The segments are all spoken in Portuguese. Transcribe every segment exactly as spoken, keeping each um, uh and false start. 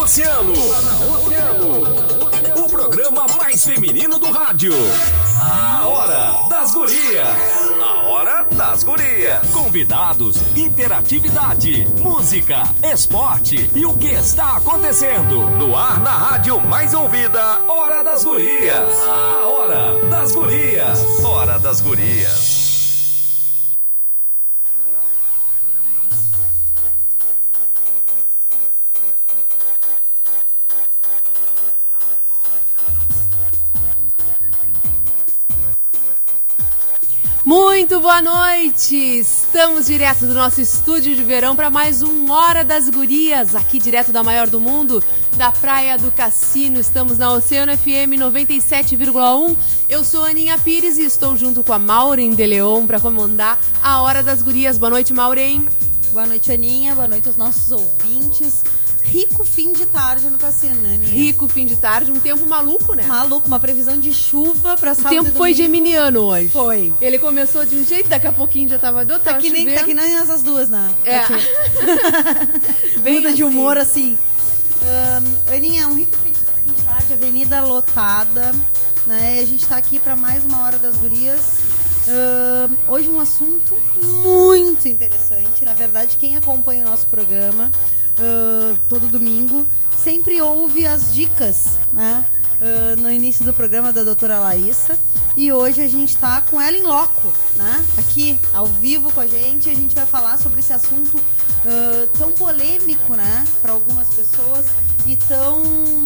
Oceano. O programa mais feminino do rádio. A Hora das Gurias. A Hora das Gurias. Convidados, interatividade, música, esporte e o que está acontecendo. No ar, na rádio mais ouvida, Hora das Gurias. A Hora das Gurias. Hora das Gurias. Muito boa noite! Estamos direto do nosso estúdio de verão para mais um Hora das Gurias, aqui direto da maior do mundo, da Praia do Cassino. Estamos na Oceano F M noventa e sete vírgula um. Eu sou a Aninha Pires e estou junto com a Maureen de Leon para comandar a Hora das Gurias. Boa noite, Maureen. Boa noite, Aninha. Boa noite aos nossos ouvintes. Rico fim de tarde no Cassino, né, Aninha? Rico fim de tarde, um tempo maluco, né? Maluco, uma previsão de chuva pra sábado. O tempo foi geminiano hoje. Foi. Ele começou de um jeito, daqui a pouquinho já tava do outro. Tá que nem, tá que nem essas duas, né? É. Bem Muda assim. de humor, assim. Um, Aninha, um rico fim de tarde, avenida lotada, né? A gente tá aqui pra mais uma Hora das Gurias. Uh, hoje um assunto muito interessante. Na verdade, quem acompanha o nosso programa uh, todo domingo sempre ouve as dicas, né? Uh, no início do programa da doutora Larissa. E hoje a gente está com ela em loco, né? Aqui, ao vivo com a gente. A gente vai falar sobre esse assunto uh, tão polêmico, né? Para algumas pessoas e tão...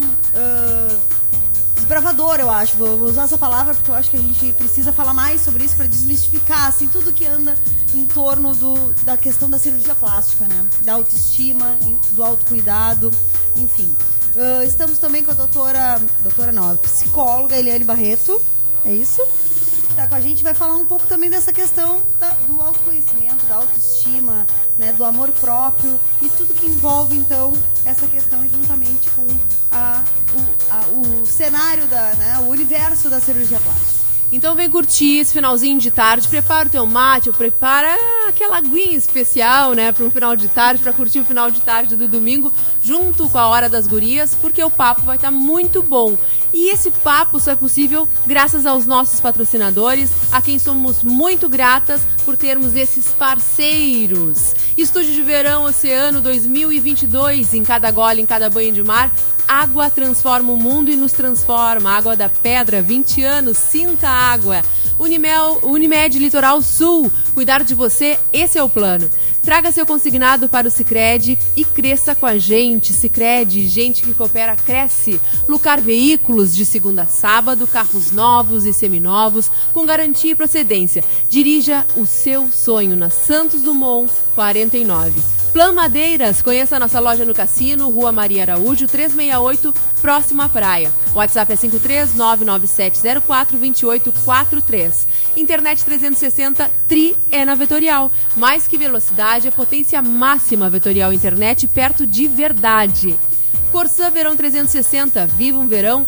Uh, desbravador, eu acho. Vou usar essa palavra porque eu acho que a gente precisa falar mais sobre isso para desmistificar, assim, tudo que anda em torno do, da questão da cirurgia plástica, né? Da autoestima, do autocuidado, enfim. Uh, estamos também com a doutora... Doutora não, a psicóloga Eliane Barreto. É isso? Tá com a gente, vai falar um pouco também dessa questão da, do autoconhecimento, da autoestima, né, do amor próprio e tudo que envolve, então, essa questão juntamente com a, o, a, o cenário, da, né, o universo da cirurgia plástica. Então vem curtir esse finalzinho de tarde, prepara o teu mate, ou prepara aquela aguinha especial, né, para um final de tarde, para curtir o final de tarde do domingo, junto com a Hora das Gurias, porque o papo vai estar muito bom. E esse papo só é possível graças aos nossos patrocinadores, a quem somos muito gratas por termos esses parceiros. Estúdio de Verão Oceano dois mil e vinte e dois, em cada gole, em cada banho de mar, água transforma o mundo e nos transforma. Água da Pedra, vinte anos, sinta a água. Unimel, Unimed Litoral Sul, cuidar de você, esse é o plano. Traga seu consignado para o Sicredi e cresça com a gente. Sicredi, gente que coopera, cresce. Lucar Veículos, de segunda a sábado, carros novos e seminovos, com garantia e procedência. Dirija o seu sonho na Santos Dumont, quarenta e nove. Plan Madeiras, conheça a nossa loja no Cassino, Rua Maria Araújo, trezentos e sessenta e oito, próximo à praia. O WhatsApp é cinco três nove nove sete zero quatro dois oito quatro três. Internet trezentos e sessenta, Tri é na Vetorial. Mais que velocidade, é potência máxima Vetorial Internet, perto de verdade. Corsã Verão trezentos e sessenta, viva um verão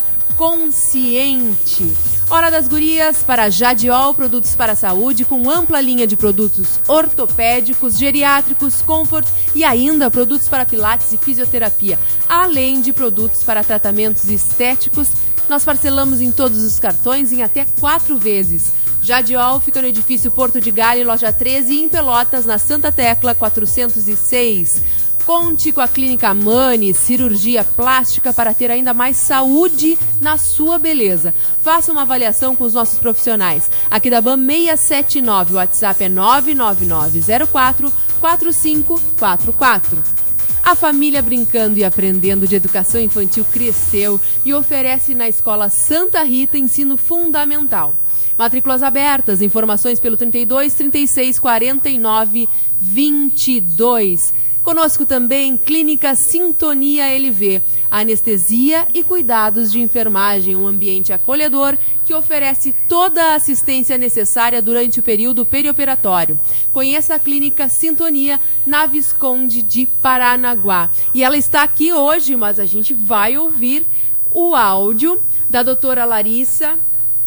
consciente. Hora das Gurias para Jadiol, produtos para a saúde, com ampla linha de produtos ortopédicos, geriátricos, comfort e ainda produtos para pilates e fisioterapia, além de produtos para tratamentos estéticos. Nós parcelamos em todos os cartões em até quatro vezes. Jadiol fica no edifício Porto de Galho, loja treze, em Pelotas, na Santa Tecla quatrocentos e seis. Conte com a Clínica Mani, cirurgia plástica para ter ainda mais saúde na sua beleza. Faça uma avaliação com os nossos profissionais. Aqui da B A M seiscentos e setenta e nove, o WhatsApp é nove nove nove zero quatro quatro cinco quatro quatro. A família Brincando e Aprendendo de Educação Infantil cresceu e oferece na Escola Santa Rita ensino fundamental. Matrículas abertas, informações pelo trinta e dois, trinta e seis, quarenta e nove, vinte e dois. Conosco também Clínica Sintonia L V, anestesia e cuidados de enfermagem, um ambiente acolhedor que oferece toda a assistência necessária durante o período perioperatório. Conheça a Clínica Sintonia na Visconde de Paranaguá. E ela está aqui hoje, mas a gente vai ouvir o áudio da doutora Larissa,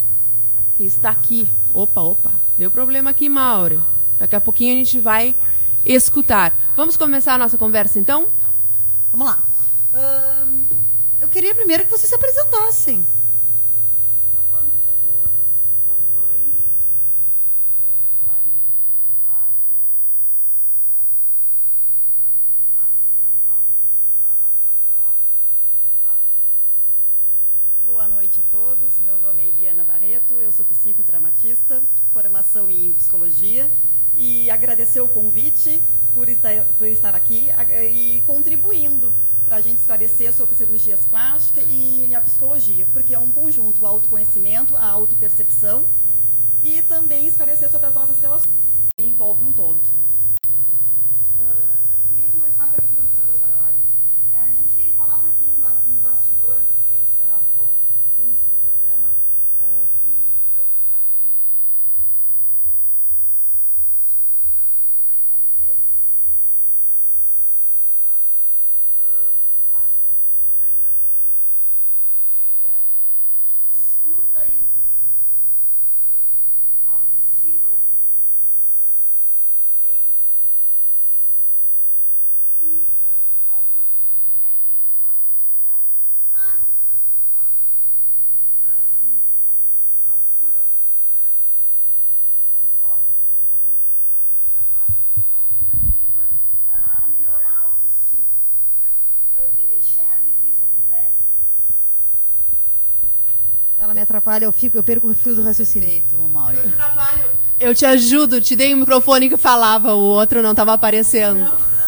que está aqui. Opa, opa, deu problema aqui, Maure. Daqui a pouquinho a gente vai escutar. Vamos começar a nossa conversa, então? Vamos lá. Uh, eu queria primeiro que vocês se apresentassem. Boa noite a todos. Boa noite. É, sou Larissa, cirurgia plástica. Muito feliz de estar aqui para conversar sobre a autoestima, amor próprio e cirurgia plástica. Boa noite a todos. Meu nome é Eliana Barreto, eu sou psicotraumatista, formação em psicologia, e agradecer o convite por estar, por estar aqui e contribuindo para a gente esclarecer sobre cirurgias plásticas e a psicologia, porque é um conjunto, o autoconhecimento, a autopercepção e também esclarecer sobre as nossas relações, que envolve um todo. Uh, eu queria começar perguntando para a doutora Larissa. É, a gente falava aqui em, nos bastidores, assim, antes da nossa, do início do programa, uh, e eu tratei isso, eu apresentei o assunto. Existe muita, muito preconceito, né, na questão da cirurgia plástica. Uh, eu acho que as pessoas ainda têm uma ideia confusa entre uh, autoestima, a importância de se sentir bem, de estar feliz consigo, com o seu corpo, e uh, algumas pessoas remetem isso à futilidade. Ah, não precisa se preocupar com o corpo. Um, as pessoas que procuram, né, o seu consultório, que procuram a cirurgia plástica como uma alternativa para melhorar a autoestima, né? Uh, tu ainda enxerga que isso acontece? Ela me atrapalha, eu fico, eu perco o fio do raciocínio. Perfeito, Mauri. Eu te ajudo, te dei um microfone que falava, o outro não estava aparecendo.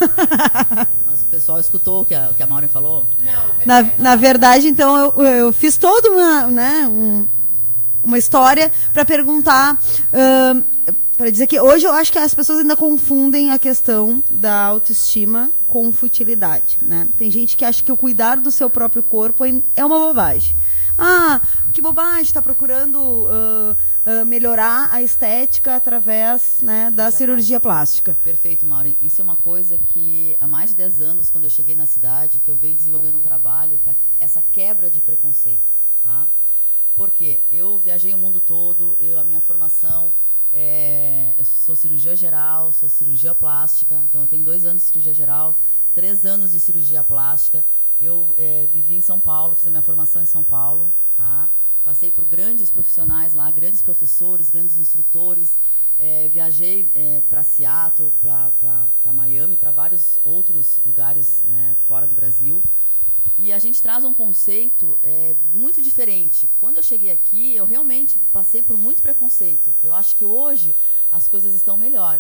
Mas o pessoal escutou o que a, o que a Maureen falou? Na, na verdade, então, eu, eu fiz toda uma, né, um, uma história para perguntar, uh, para dizer que hoje eu acho que as pessoas ainda confundem a questão da autoestima com futilidade, né? Tem gente que acha que o cuidar do seu próprio corpo é uma bobagem. Ah, que bobagem, está procurando uh, uh, melhorar a estética através, né, da cirurgia plástica. Perfeito, Maureen. Isso é uma coisa que há mais de dez anos, quando eu cheguei na cidade, que eu venho desenvolvendo um trabalho para essa quebra de preconceito. Tá? Porque eu viajei o mundo todo, eu, a minha formação, é, eu sou cirurgia geral, sou cirurgia plástica, então eu tenho dois anos de cirurgia geral, três anos de cirurgia plástica. Eu é, vivi em São Paulo, fiz a minha formação em São Paulo, tá? Passei por grandes profissionais lá, grandes professores, grandes instrutores, é, viajei é, para Seattle, para Miami, para vários outros lugares, né, fora do Brasil. E a gente traz um conceito é, muito diferente. Quando eu cheguei aqui, eu realmente passei por muito preconceito. Eu acho que hoje as coisas estão melhor.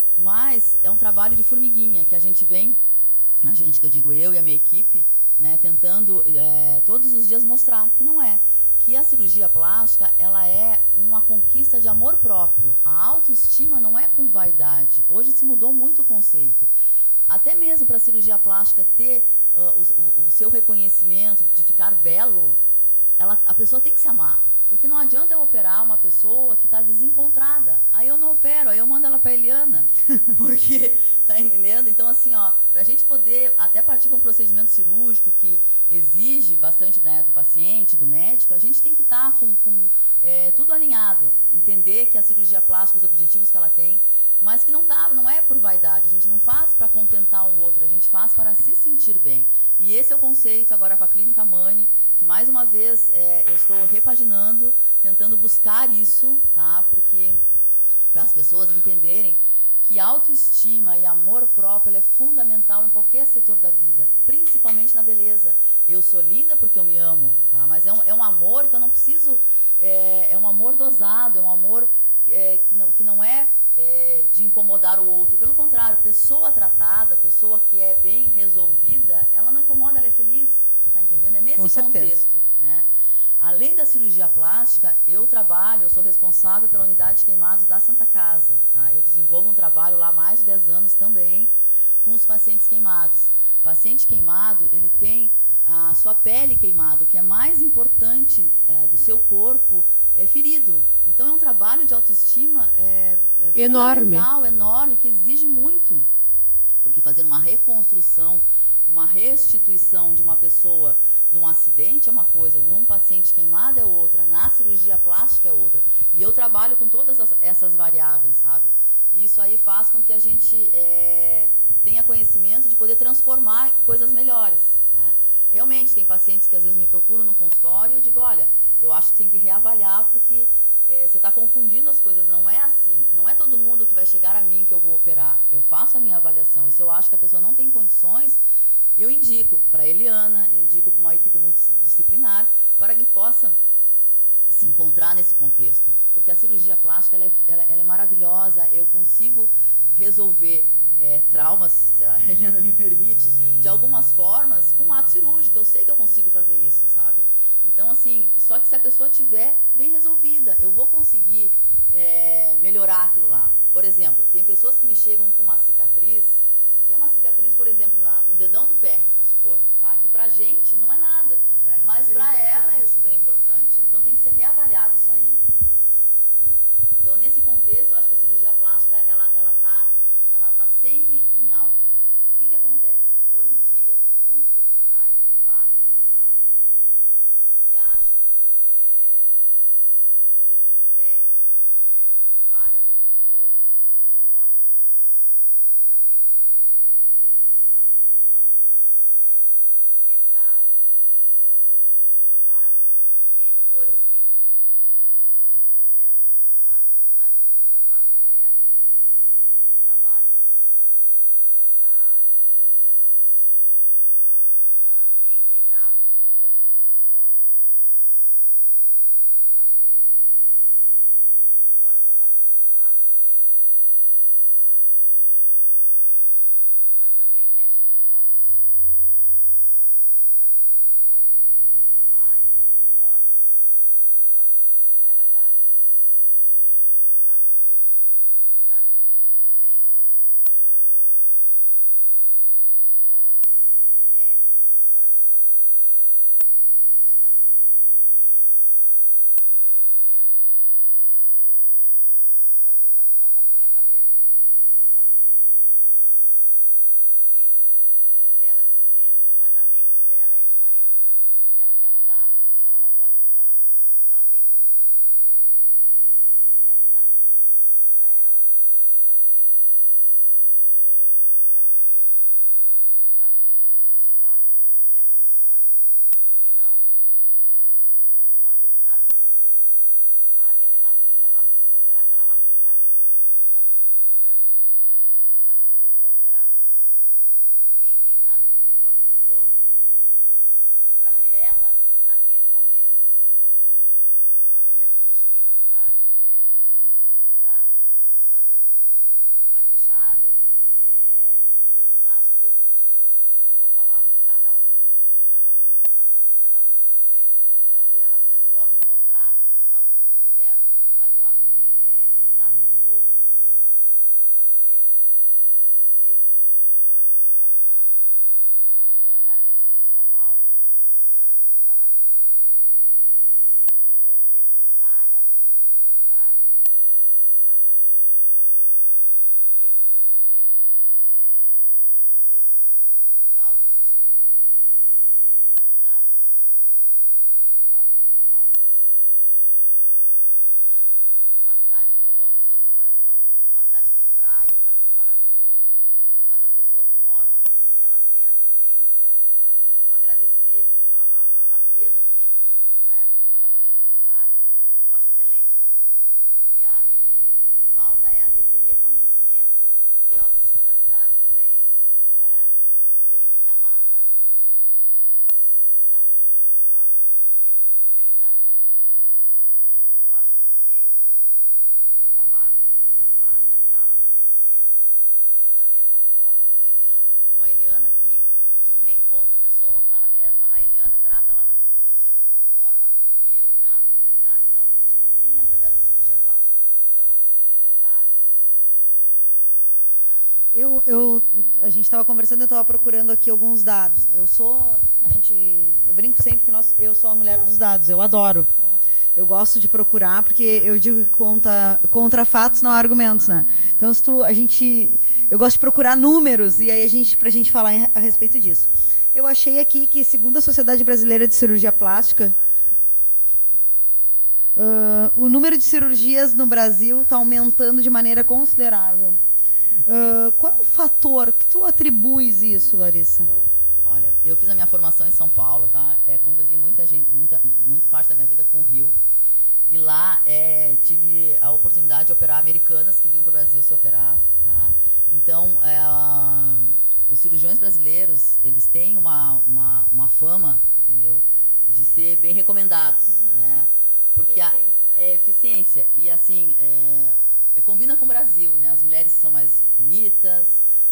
Mas é um trabalho de formiguinha que a gente vem, a gente, que eu digo eu e a minha equipe, né, tentando é, todos os dias mostrar que não é. Que a cirurgia plástica, ela é uma conquista de amor próprio. A autoestima não é com vaidade. Hoje se mudou muito o conceito. Até mesmo para a cirurgia plástica ter uh, o, o, o seu reconhecimento de ficar belo, ela, a pessoa tem que se amar. Porque não adianta eu operar uma pessoa que está desencontrada. Aí eu não opero, aí eu mando ela para a Eliana. Porque, tá entendendo? Então, assim, ó, para a gente poder até partir com um procedimento cirúrgico que exige bastante, né, do paciente, do médico, a gente tem que estar tá com, com é, tudo alinhado. Entender que a cirurgia plástica, os objetivos que ela tem, mas que não, tá, não é por vaidade. A gente não faz para contentar um outro, a gente faz para se sentir bem. E esse é o conceito agora com a Clínica Mani, que mais uma vez é, eu estou repaginando, tentando buscar isso, tá? Porque para as pessoas entenderem que autoestima e amor próprio é fundamental em qualquer setor da vida, principalmente na beleza. Eu sou linda porque eu me amo, tá? Mas é um, é um amor que eu não preciso, é, é um amor dosado, é um amor é, que, não, que não é, é de incomodar o outro. Pelo contrário, pessoa tratada, pessoa que é bem resolvida, ela não incomoda, ela é feliz. Você está entendendo? É nesse contexto, né? Além da cirurgia plástica, eu trabalho, eu sou responsável pela unidade de queimados da Santa Casa. Tá? Eu desenvolvo um trabalho lá há mais de dez anos também com os pacientes queimados. O paciente queimado, ele tem a sua pele queimada, o que é mais importante é, do seu corpo é ferido. Então, é um trabalho de autoestima é, é enorme, enorme, que exige muito. Porque fazer uma reconstrução, uma restituição de uma pessoa de um acidente é uma coisa, de um paciente queimado é outra, na cirurgia plástica é outra. E eu trabalho com todas as, essas variáveis, sabe? E isso aí faz com que a gente é, tenha conhecimento de poder transformar coisas melhores, né? realmente tem pacientes que às vezes me procuram no consultório e eu digo, olha, eu acho que tem que reavaliar porque é, você está confundindo as coisas, não é assim. Não é todo mundo que vai chegar a mim que eu vou operar. Eu faço a minha avaliação e se eu acho que a pessoa não tem condições, eu indico para a Eliana, eu indico para uma equipe multidisciplinar para que possa se encontrar nesse contexto. Porque a cirurgia plástica ela é, ela, ela é maravilhosa, eu consigo resolver é, traumas, se a Eliana me permite, Sim. de algumas formas com ato cirúrgico. Eu sei que eu consigo fazer isso, sabe? Então, assim, só que se a pessoa tiver bem resolvida, eu vou conseguir é, melhorar aquilo lá. Por exemplo, tem pessoas que me chegam com uma cicatriz, que é uma cicatriz, por exemplo, no dedão do pé, vamos supor, tá? Que pra gente não é nada, mas pra ela é super importante. Então tem que ser reavaliado isso aí. Então, nesse contexto, eu acho que a cirurgia plástica, ela, ela tá, ela tá sempre em alta. O que que acontece? Hoje em dia, tem muitos profissionais que invadem a nossa área, né? Então, que acham que é, é, procedimentos estéticos, é, várias outras coisas, que o cirurgião plástico sempre fez. Só que realmente existe o preconceito de chegar no cirurgião por achar que ele é médico, que é caro, tem é, outras pessoas, ah, não, N coisas que, que, que dificultam esse processo, tá? Mas a cirurgia plástica, ela é acessível, a gente trabalha para poder fazer essa, essa melhoria na autoestima, tá? Para reintegrar a pessoa de todas as formas, né? E eu acho que é isso, né? Eu, embora eu trabalhe com os queimados também, ah, o contexto é um pouco diferente, mas também mexe muito na autoestima, né? Então a gente, dentro daquilo que a gente pode, a gente tem que transformar e fazer o melhor, para que a pessoa fique melhor. Isso não é vaidade, gente. A gente se sentir bem, a gente levantar no espelho e dizer, obrigada, meu Deus, eu estou bem hoje, isso é maravilhoso, né? As pessoas envelhecem, agora mesmo com a pandemia, né? Depois a gente vai entrar no contexto da pandemia, tá? O envelhecimento, ele é um envelhecimento que às vezes não acompanha a cabeça. A pessoa pode ter setenta anos, o físico é dela é de setenta, mas a mente dela é de quarenta. E ela quer mudar. Por que ela não pode mudar? Se ela tem condições de fazer, ela tem que buscar isso, ela tem que se realizar naquilo ali. É pra ela. Eu já tive pacientes de oitenta anos que eu operei e eram felizes, entendeu? Claro que tem que fazer todo um check-up, mas se tiver condições, por que não? Né? Então, assim, ó, evitar preconceitos. Ah, aquela é magrinha lá, por que eu vou operar aquela magrinha? Ah, por que tu precisa? Porque às vezes conversa de consultório, a gente explica, mas por que tu vai operar? Ninguém tem nada a ver com a vida do outro, cuide da sua, porque para ela, naquele momento, é importante. Então, até mesmo quando eu cheguei na cidade, é, sempre tive muito cuidado de fazer as minhas cirurgias mais fechadas. É, se tu me perguntar se tu fez cirurgia ou se tu fez, eu não vou falar, porque cada um é cada um. As pacientes acabam se, é, se encontrando e elas mesmas gostam de mostrar a, o, o que fizeram. Mas eu acho assim, é, é da pessoa, entendeu? Aquilo que tu for fazer precisa ser feito de uma forma de te realizar, né? A Ana é diferente da Maura, que é diferente da Eliana, que é diferente da Larissa, né? Então a gente tem que é, respeitar essa individualidade, né? E tratar ali. Eu acho que é isso aí. E esse preconceito é, é um preconceito de autoestima, é um preconceito que a cidade tem também aqui. Eu estava falando com a Maura quando eu cheguei aqui. Rio Grande é uma cidade que eu amo de todo o meu coração. Uma cidade que tem praia, o cassino é maravilhoso. Mas as pessoas que moram aqui, elas têm a tendência a não agradecer a, a, a natureza que tem aqui, não é? Como eu já morei em outros lugares, eu acho excelente o cassino. E, a, e, e falta esse reconhecimento de autoestima da cidade também, não é? Porque a gente tem que amar a cidade que a gente, que a gente vive, a gente tem que gostar daquilo que a gente faz, a gente tem que ser realizada na, naquilo ali. E, e eu acho que, que é isso aí. O, o meu trabalho de cirurgia plástica acaba também sendo é, da mesma forma como a Eliana, como a Eliana aqui, de um reencontro da pessoa com ela mesma. A Eliana trata lá na psicologia de alguma forma e eu trato no resgate da autoestima, sim, através da cirurgia plástica. Então vamos se libertar, gente, a gente tem que ser feliz. Né? Eu, eu, a gente estava conversando, eu estava procurando aqui alguns dados. Eu sou, a gente, eu brinco sempre que nós, eu sou a mulher dos dados, eu adoro. Eu gosto de procurar, porque eu digo que contra, contra fatos não há argumentos, né? Então, se tu, a gente, eu gosto de procurar números, e aí a gente, pra gente falar em, a respeito disso. Eu achei aqui que, segundo a Sociedade Brasileira de Cirurgia Plástica, uh, o número de cirurgias no Brasil está aumentando de maneira considerável. Uh, qual é o fator que tu atribuis isso, Larissa? Olha, eu fiz a minha formação em São Paulo, tá? É, convivi muita gente, muita, muito parte da minha vida com o Rio. E lá é, tive a oportunidade de operar americanas que vinham para o Brasil se operar, tá? Então, é, os cirurgiões brasileiros, eles têm uma, uma, uma fama, entendeu? De ser bem recomendados, né? Porque a é, eficiência. E assim, é, combina com o Brasil, né? As mulheres são mais bonitas,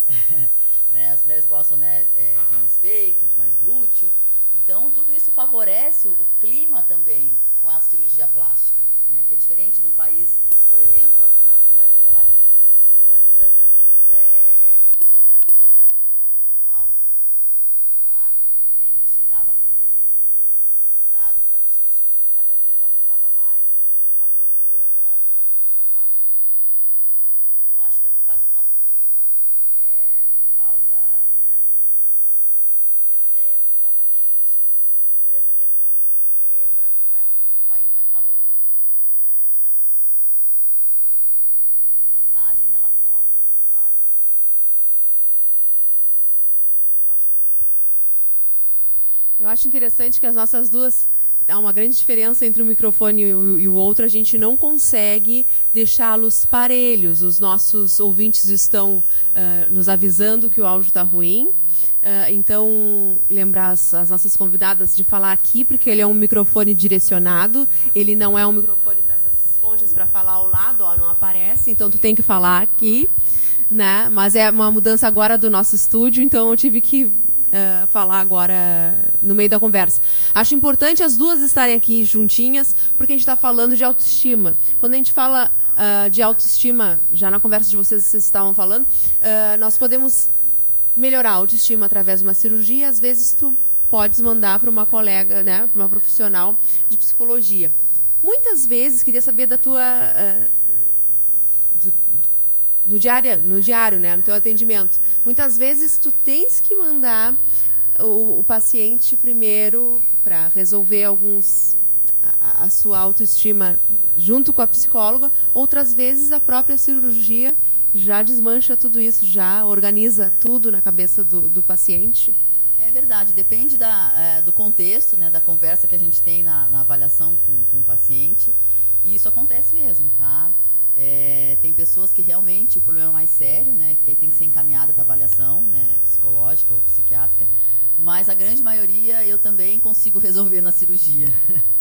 né? As mulheres gostam, né, é, de mais peito, de mais glúteo. Então, tudo isso favorece o, o clima também com a cirurgia plástica, né? Que é diferente de um país, por exemplo, na Finlândia, lá que é frio, frio, as pessoas têm a tendência, é, é, é, pessoas, as pessoas que moravam em São Paulo, que eu fiz residência lá, sempre chegava muita gente, é, esses dados estatísticos, de que cada vez aumentava mais a procura pela, pela cirurgia plástica, sim. Tá? Eu acho que é por causa do nosso clima, é, por causa, né, das boas referências. Exatamente. E por essa questão de, de querer. O Brasil é um, um país mais caloroso, né? Eu acho que essa, assim, nós temos muitas coisas, desvantagem em relação aos outros lugares, mas também tem muita coisa boa. Né? Eu acho que tem, tem mais isso aí mesmo. Eu acho interessante que as nossas duas... Há uma grande diferença entre um microfone e o, e o outro. A gente não consegue deixá-los parelhos. Os nossos ouvintes estão uh, nos avisando que o áudio está ruim. Uh, então, lembrar as, as nossas convidadas de falar aqui, porque ele é um microfone direcionado. Ele não é um microfone para essas esponjas para falar ao lado, ó, não aparece. Então, tu tem que falar aqui, né? Mas é uma mudança agora do nosso estúdio, então eu tive que... Uh, falar agora no meio da conversa. Acho importante as duas estarem aqui juntinhas, porque a gente está falando de autoestima. Quando a gente fala uh, de autoestima, já na conversa de vocês, vocês estavam falando, uh, nós podemos melhorar a autoestima através de uma cirurgia. Às vezes tu podes mandar para uma colega, né, para uma profissional de psicologia. Muitas vezes, queria saber da tua... Uh, No diário, no diário, né, no teu atendimento. Muitas vezes tu tens que mandar o, o paciente primeiro para resolver alguns a, a sua autoestima junto com a psicóloga. Outras vezes a própria cirurgia já desmancha tudo isso, já organiza tudo na cabeça do, do paciente. É verdade, depende da, é, do contexto, né, da conversa que a gente tem na, na avaliação com, com o paciente. E isso acontece mesmo, tá? É, tem pessoas que realmente o problema é mais sério, né, que aí tem que ser encaminhada para avaliação, né, psicológica ou psiquiátrica, mas a grande maioria eu também consigo resolver na cirurgia.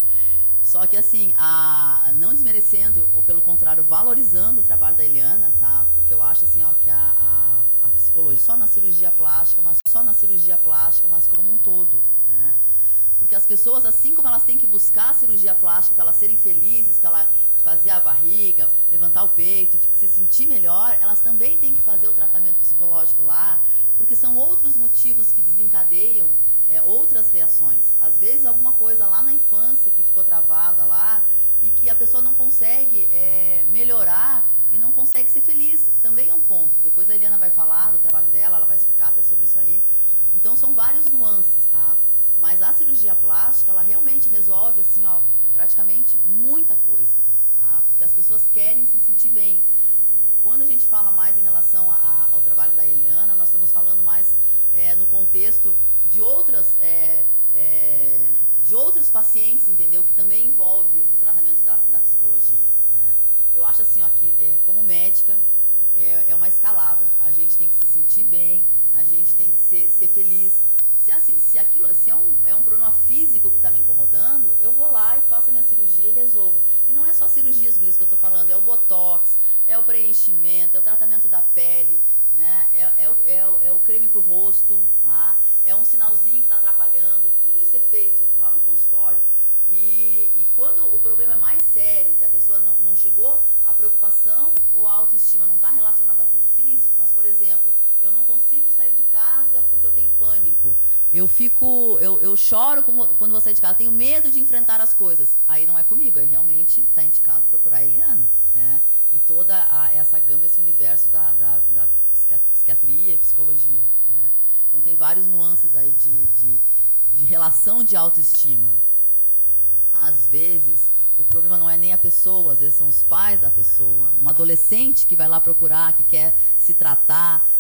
Só que assim, a, não desmerecendo, ou pelo contrário, valorizando o trabalho da Eliana, tá? Porque eu acho assim, ó, que a, a, a psicologia, só na cirurgia plástica, mas só na cirurgia plástica, mas como um todo, né? Porque as pessoas, assim como elas têm que buscar a cirurgia plástica para elas serem felizes, para elas fazer a barriga, levantar o peito, se sentir melhor, elas também têm que fazer o tratamento psicológico lá, porque são outros motivos que desencadeiam é, outras reações. Às vezes alguma coisa lá na infância que ficou travada lá e que a pessoa não consegue é, melhorar e não consegue ser feliz. Também é um ponto. Depois a Eliana vai falar do trabalho dela, ela vai explicar até sobre isso aí. Então são vários nuances, tá? Mas a cirurgia plástica, ela realmente resolve, assim, ó, praticamente muita coisa. Porque as pessoas querem se sentir bem. Quando a gente fala mais em relação a, ao trabalho da Eliana, nós estamos falando mais é, no contexto de outras, é, é, de outros pacientes, entendeu? Que também envolve o tratamento da, da psicologia. Né? Eu acho assim, ó, que é, como médica, é, é uma escalada. A gente tem que se sentir bem, a gente tem que ser, ser feliz. Se, se, aquilo, se é, um, é um problema físico que está me incomodando, eu vou lá e faço a minha cirurgia e resolvo. E não é só cirurgias, Gris, que eu estou falando, é o botox, é o preenchimento, é o tratamento da pele, né? é, é, é, o, é o creme para o rosto, tá? É um sinalzinho que está atrapalhando, tudo isso é feito lá no consultório. E, e quando o problema é mais sério, que a pessoa não, não chegou, a preocupação ou a autoestima não está relacionada com o físico, mas, por exemplo, eu não consigo sair de casa porque eu tenho pânico. Eu fico, eu, eu choro quando vou sair de casa, eu tenho medo de enfrentar as coisas. Aí não é comigo, aí realmente está indicado procurar a Eliana, né? E toda a, essa gama, esse universo da, da, da psiquiatria e psicologia. Né? Então tem vários nuances aí de, de, de relação de autoestima. Às vezes, o problema não é nem a pessoa, às vezes são os pais da pessoa. Uma adolescente que vai lá procurar, que quer se tratar,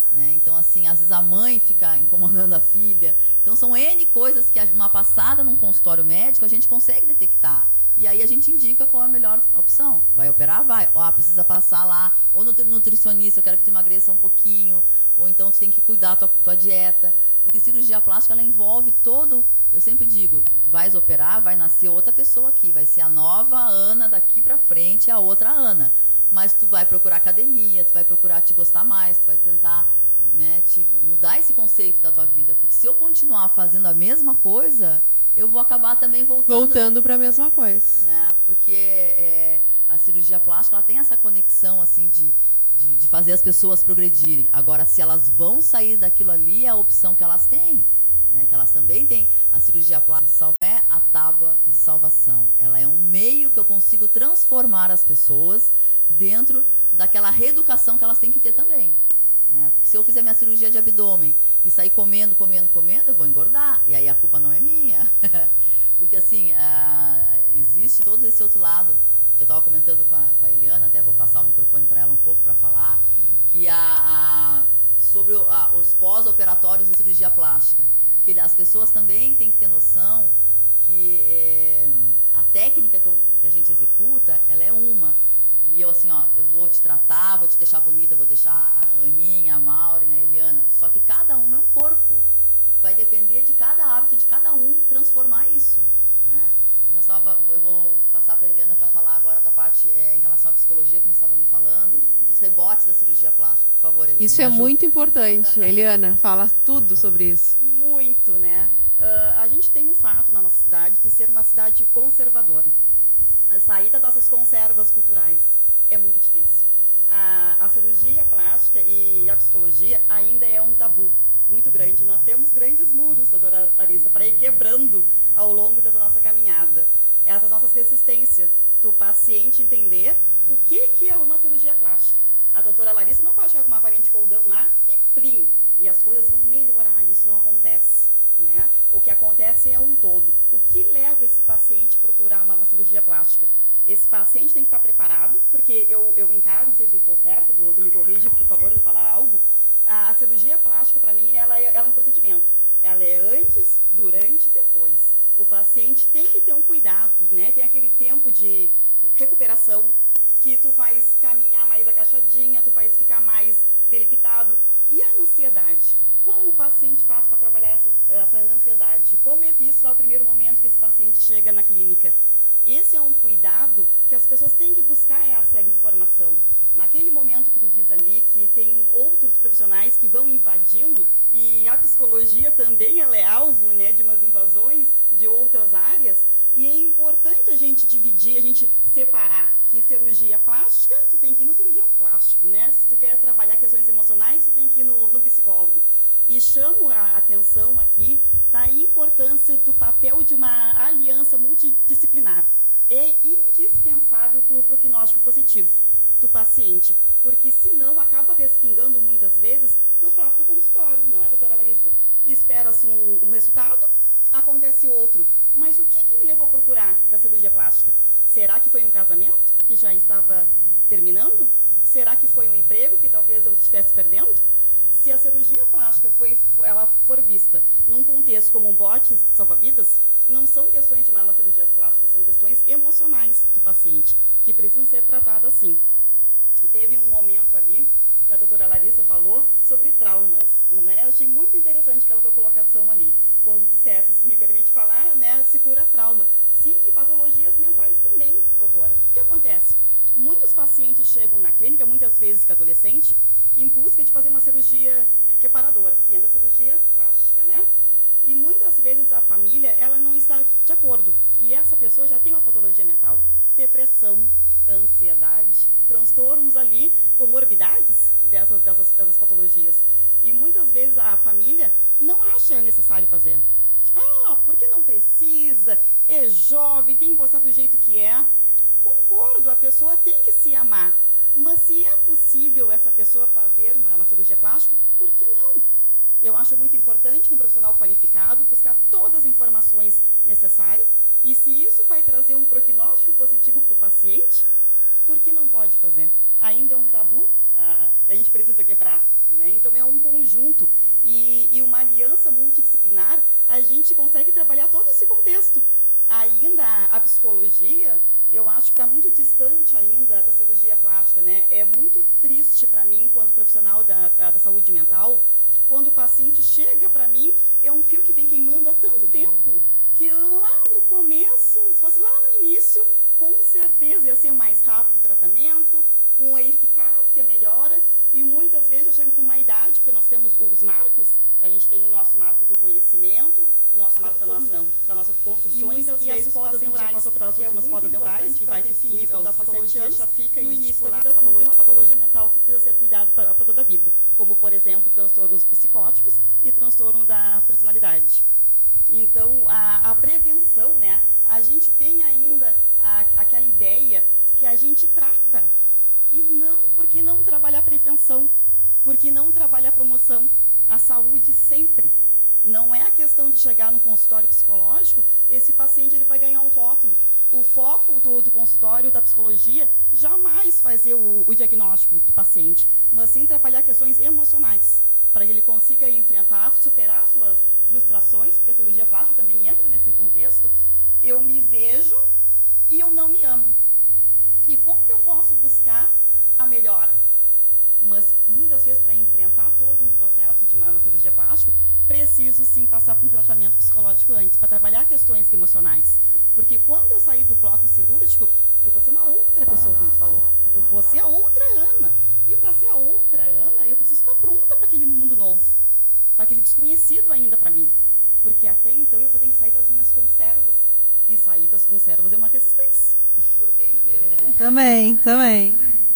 Né? Então, assim, às vezes a mãe fica incomodando a filha. Então, são N coisas que, numa passada num consultório médico, a gente consegue detectar. E aí a gente indica qual é a melhor opção. Vai operar? Vai. Ó, precisa passar lá. Ou no nutricionista, eu quero que tu emagreça um pouquinho. Ou então tu tem que cuidar da tua, tua dieta. Porque cirurgia plástica, ela envolve todo... Eu sempre digo, tu vais operar, vai nascer outra pessoa aqui. Vai ser a nova Ana daqui pra frente, a outra Ana. Mas tu vai procurar academia, tu vai procurar te gostar mais, tu vai tentar, né, te mudar esse conceito da tua vida. Porque se eu continuar fazendo a mesma coisa, eu vou acabar também voltando... Voltando para a mesma coisa. Né, porque é, a cirurgia plástica, ela tem essa conexão, assim, de, de, de fazer as pessoas progredirem. Agora, se elas vão sair daquilo ali, é a opção que elas têm. Né, que elas também têm. A cirurgia plástica é a tábua de salvação. Ela é um meio que eu consigo transformar as pessoas dentro daquela reeducação que elas têm que ter também. Né? Porque se eu fizer minha cirurgia de abdômen e sair comendo, comendo, comendo, eu vou engordar. E aí a culpa não é minha. Porque, assim, ah, existe todo esse outro lado, que eu estava comentando com a, com a Eliana, até vou passar o microfone para ela um pouco para falar, que a, a, sobre o, a, os pós-operatórios de cirurgia plástica. Que as pessoas também têm que ter noção que é, a técnica que, eu, que a gente executa, ela é uma. E eu, assim, ó, eu vou te tratar, vou te deixar bonita, vou deixar a Aninha, a Maureen, a Eliana. Só que cada uma é um corpo. Vai depender de cada hábito, de cada um transformar isso. Né? E nós tava, eu vou passar para a Eliana para falar agora da parte é, em relação à psicologia, como você estava me falando, dos rebotes da cirurgia plástica. Por favor, Eliana. Isso é muito importante. Eliana, fala tudo sobre isso. Muito, né? Uh, a gente tem um fato na nossa cidade de ser uma cidade conservadora. A saída das nossas conservas culturais é muito difícil. A, a cirurgia plástica e a psicologia ainda é um tabu muito grande. Nós temos grandes muros, doutora Larissa, para ir quebrando ao longo dessa nossa caminhada. Essas nossas resistências do paciente entender o que, que é uma cirurgia plástica. A doutora Larissa não pode chegar com uma varinha de cordão lá e plim, e as coisas vão melhorar. Isso não acontece. Né? O que acontece é um todo. O que leva esse paciente a procurar uma, uma cirurgia plástica? Esse paciente tem que estar preparado, porque eu, eu encaro, não sei se eu estou certo, do, do me corrige, por favor, de falar algo. A, a cirurgia plástica, para mim, ela é, ela é um procedimento. Ela é antes, durante e depois. O paciente tem que ter um cuidado, né? Tem aquele tempo de recuperação, que tu vais caminhar mais agachadinha, tu vais ficar mais delicado. E a ansiedade? Como o paciente faz para trabalhar essa, essa ansiedade? Como é visto lá o primeiro momento que esse paciente chega na clínica? Esse é um cuidado que as pessoas têm que buscar essa informação. Naquele momento que tu diz ali que tem outros profissionais que vão invadindo, e a psicologia também ela é alvo, né, de umas invasões de outras áreas, e é importante a gente dividir, a gente separar que cirurgia plástica, tu tem que ir no cirurgião plástico, né? Se tu quer trabalhar questões emocionais, tu tem que ir no, no psicólogo. E chamo a atenção aqui da importância do papel de uma aliança multidisciplinar. É indispensável para o prognóstico positivo do paciente, porque senão acaba respingando muitas vezes no próprio consultório, não é, doutora Larissa? Espera-se um, um resultado, acontece outro. Mas o que, que me levou a procurar a cirurgia plástica? Será que foi um casamento que já estava terminando? Será que foi um emprego que talvez eu estivesse perdendo? Se a cirurgia plástica foi, ela for vista num contexto como um bote salva-vidas, não são questões de uma cirurgia plástica, são questões emocionais do paciente, que precisam ser tratadas assim. Teve um momento ali que a doutora Larissa falou sobre traumas, né? Achei muito interessante aquela tua colocação ali, quando dissesse, se me permite falar, né, se cura trauma. Sim, e patologias mentais também, doutora. O que acontece? Muitos pacientes chegam na clínica, muitas vezes que adolescente, em busca de fazer uma cirurgia reparadora, que é a cirurgia plástica, né? E muitas vezes a família, ela não está de acordo. E essa pessoa já tem uma patologia mental, depressão, ansiedade, transtornos ali, comorbidades dessas, dessas, dessas patologias. E muitas vezes a família não acha necessário fazer. Ah, porque não precisa, é jovem, tem que gostar do jeito que é. Concordo, a pessoa tem que se amar. Mas se é possível essa pessoa fazer uma, uma cirurgia plástica, por que não? Eu acho muito importante no profissional qualificado buscar todas as informações necessárias. E se isso vai trazer um prognóstico positivo para o paciente, por que não pode fazer? Ainda é um tabu, ah, a gente precisa quebrar né? Então, é um conjunto. E, e uma aliança multidisciplinar, a gente consegue trabalhar todo esse contexto. Ainda a psicologia, eu acho que está muito distante ainda da cirurgia plástica, né? É muito triste para mim, enquanto profissional da, da, da saúde mental, quando o paciente chega para mim, é um fio que vem queimando há tanto tempo, que lá no começo, se fosse lá no início, com certeza ia ser mais rápido o tratamento, com a eficácia melhora, e muitas vezes eu chego com uma idade, porque nós temos os marcos, a gente tem o nosso marco do conhecimento, o nosso marco da nossa, da nossa construção, e, e as podas neurais, passou pelas últimas podas neurais, que vai dos quinze aos dezessete anos, já fica no início da vida adulta, tem uma patologia mental que precisa ser cuidada para toda a vida, como, por exemplo, transtornos psicóticos e transtorno da personalidade. Então, a, a prevenção, né, a gente tem ainda a, aquela ideia que a gente trata, e não, porque não trabalhar a prevenção, porque não trabalhar a promoção, a saúde sempre. Não é a questão de chegar no consultório psicológico, esse paciente ele vai ganhar um rótulo. O foco do, do consultório da psicologia jamais fazer o, o diagnóstico do paciente, mas sim trabalhar questões emocionais, para que ele consiga enfrentar, superar suas frustrações, porque a cirurgia plástica também entra nesse contexto. Eu me vejo e eu não me amo. E como que eu posso buscar a melhora? Mas, muitas vezes, para enfrentar todo um processo de uma, uma cirurgia plástica, preciso, sim, passar por um tratamento psicológico antes, para trabalhar questões emocionais. Porque quando eu sair do bloco cirúrgico, eu vou ser uma outra pessoa, como tu falou. Eu vou ser a outra Ana. E para ser a outra Ana, eu preciso estar pronta para aquele mundo novo, para aquele desconhecido ainda para mim. Porque até então eu vou ter que sair das minhas conservas. E sair das conservas é uma resistência. Gostei do termo. Também, também.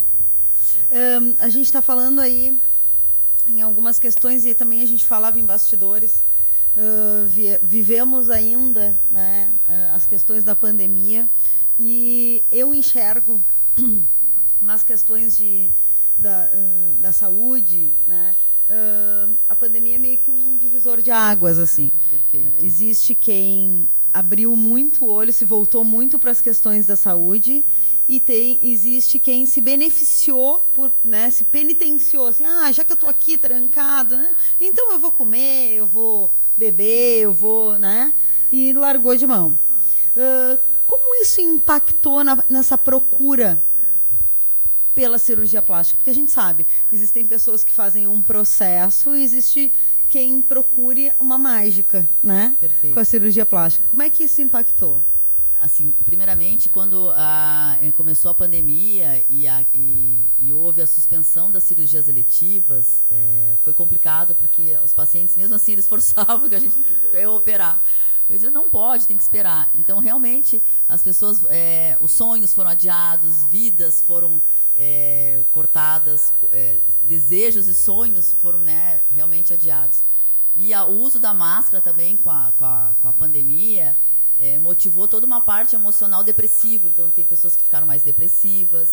Um, a gente está falando aí em algumas questões, e também a gente falava em bastidores. Uh, vi, vivemos ainda, né, uh, as questões da pandemia, e eu enxergo nas questões de, da, uh, da saúde, né, uh, a pandemia é meio que um divisor de águas, assim. Perfeito. Existe quem abriu muito o olho, se voltou muito para as questões da saúde, e tem, existe quem se beneficiou, por, né, se penitenciou, assim, ah, já que eu estou aqui trancado, né, então eu vou comer, eu vou beber, eu vou, né, e largou de mão. Uh, como isso impactou na, nessa procura pela cirurgia plástica? Porque a gente sabe, existem pessoas que fazem um processo e existe quem procure uma mágica, né, Perfeito. Com a cirurgia plástica. Como é que isso impactou? Assim, primeiramente, quando a, começou a pandemia e, a, e, e houve a suspensão das cirurgias eletivas, é, foi complicado, porque os pacientes, mesmo assim, eles forçavam que a gente ia operar. Eu dizia, não pode, tem que esperar. Então, realmente, as pessoas, é, os sonhos foram adiados, vidas foram é, cortadas, é, desejos e sonhos foram, né, realmente adiados. E a, o uso da máscara também com a, com a, com a pandemia... É, motivou toda uma parte emocional depressiva. Então tem pessoas que ficaram mais depressivas.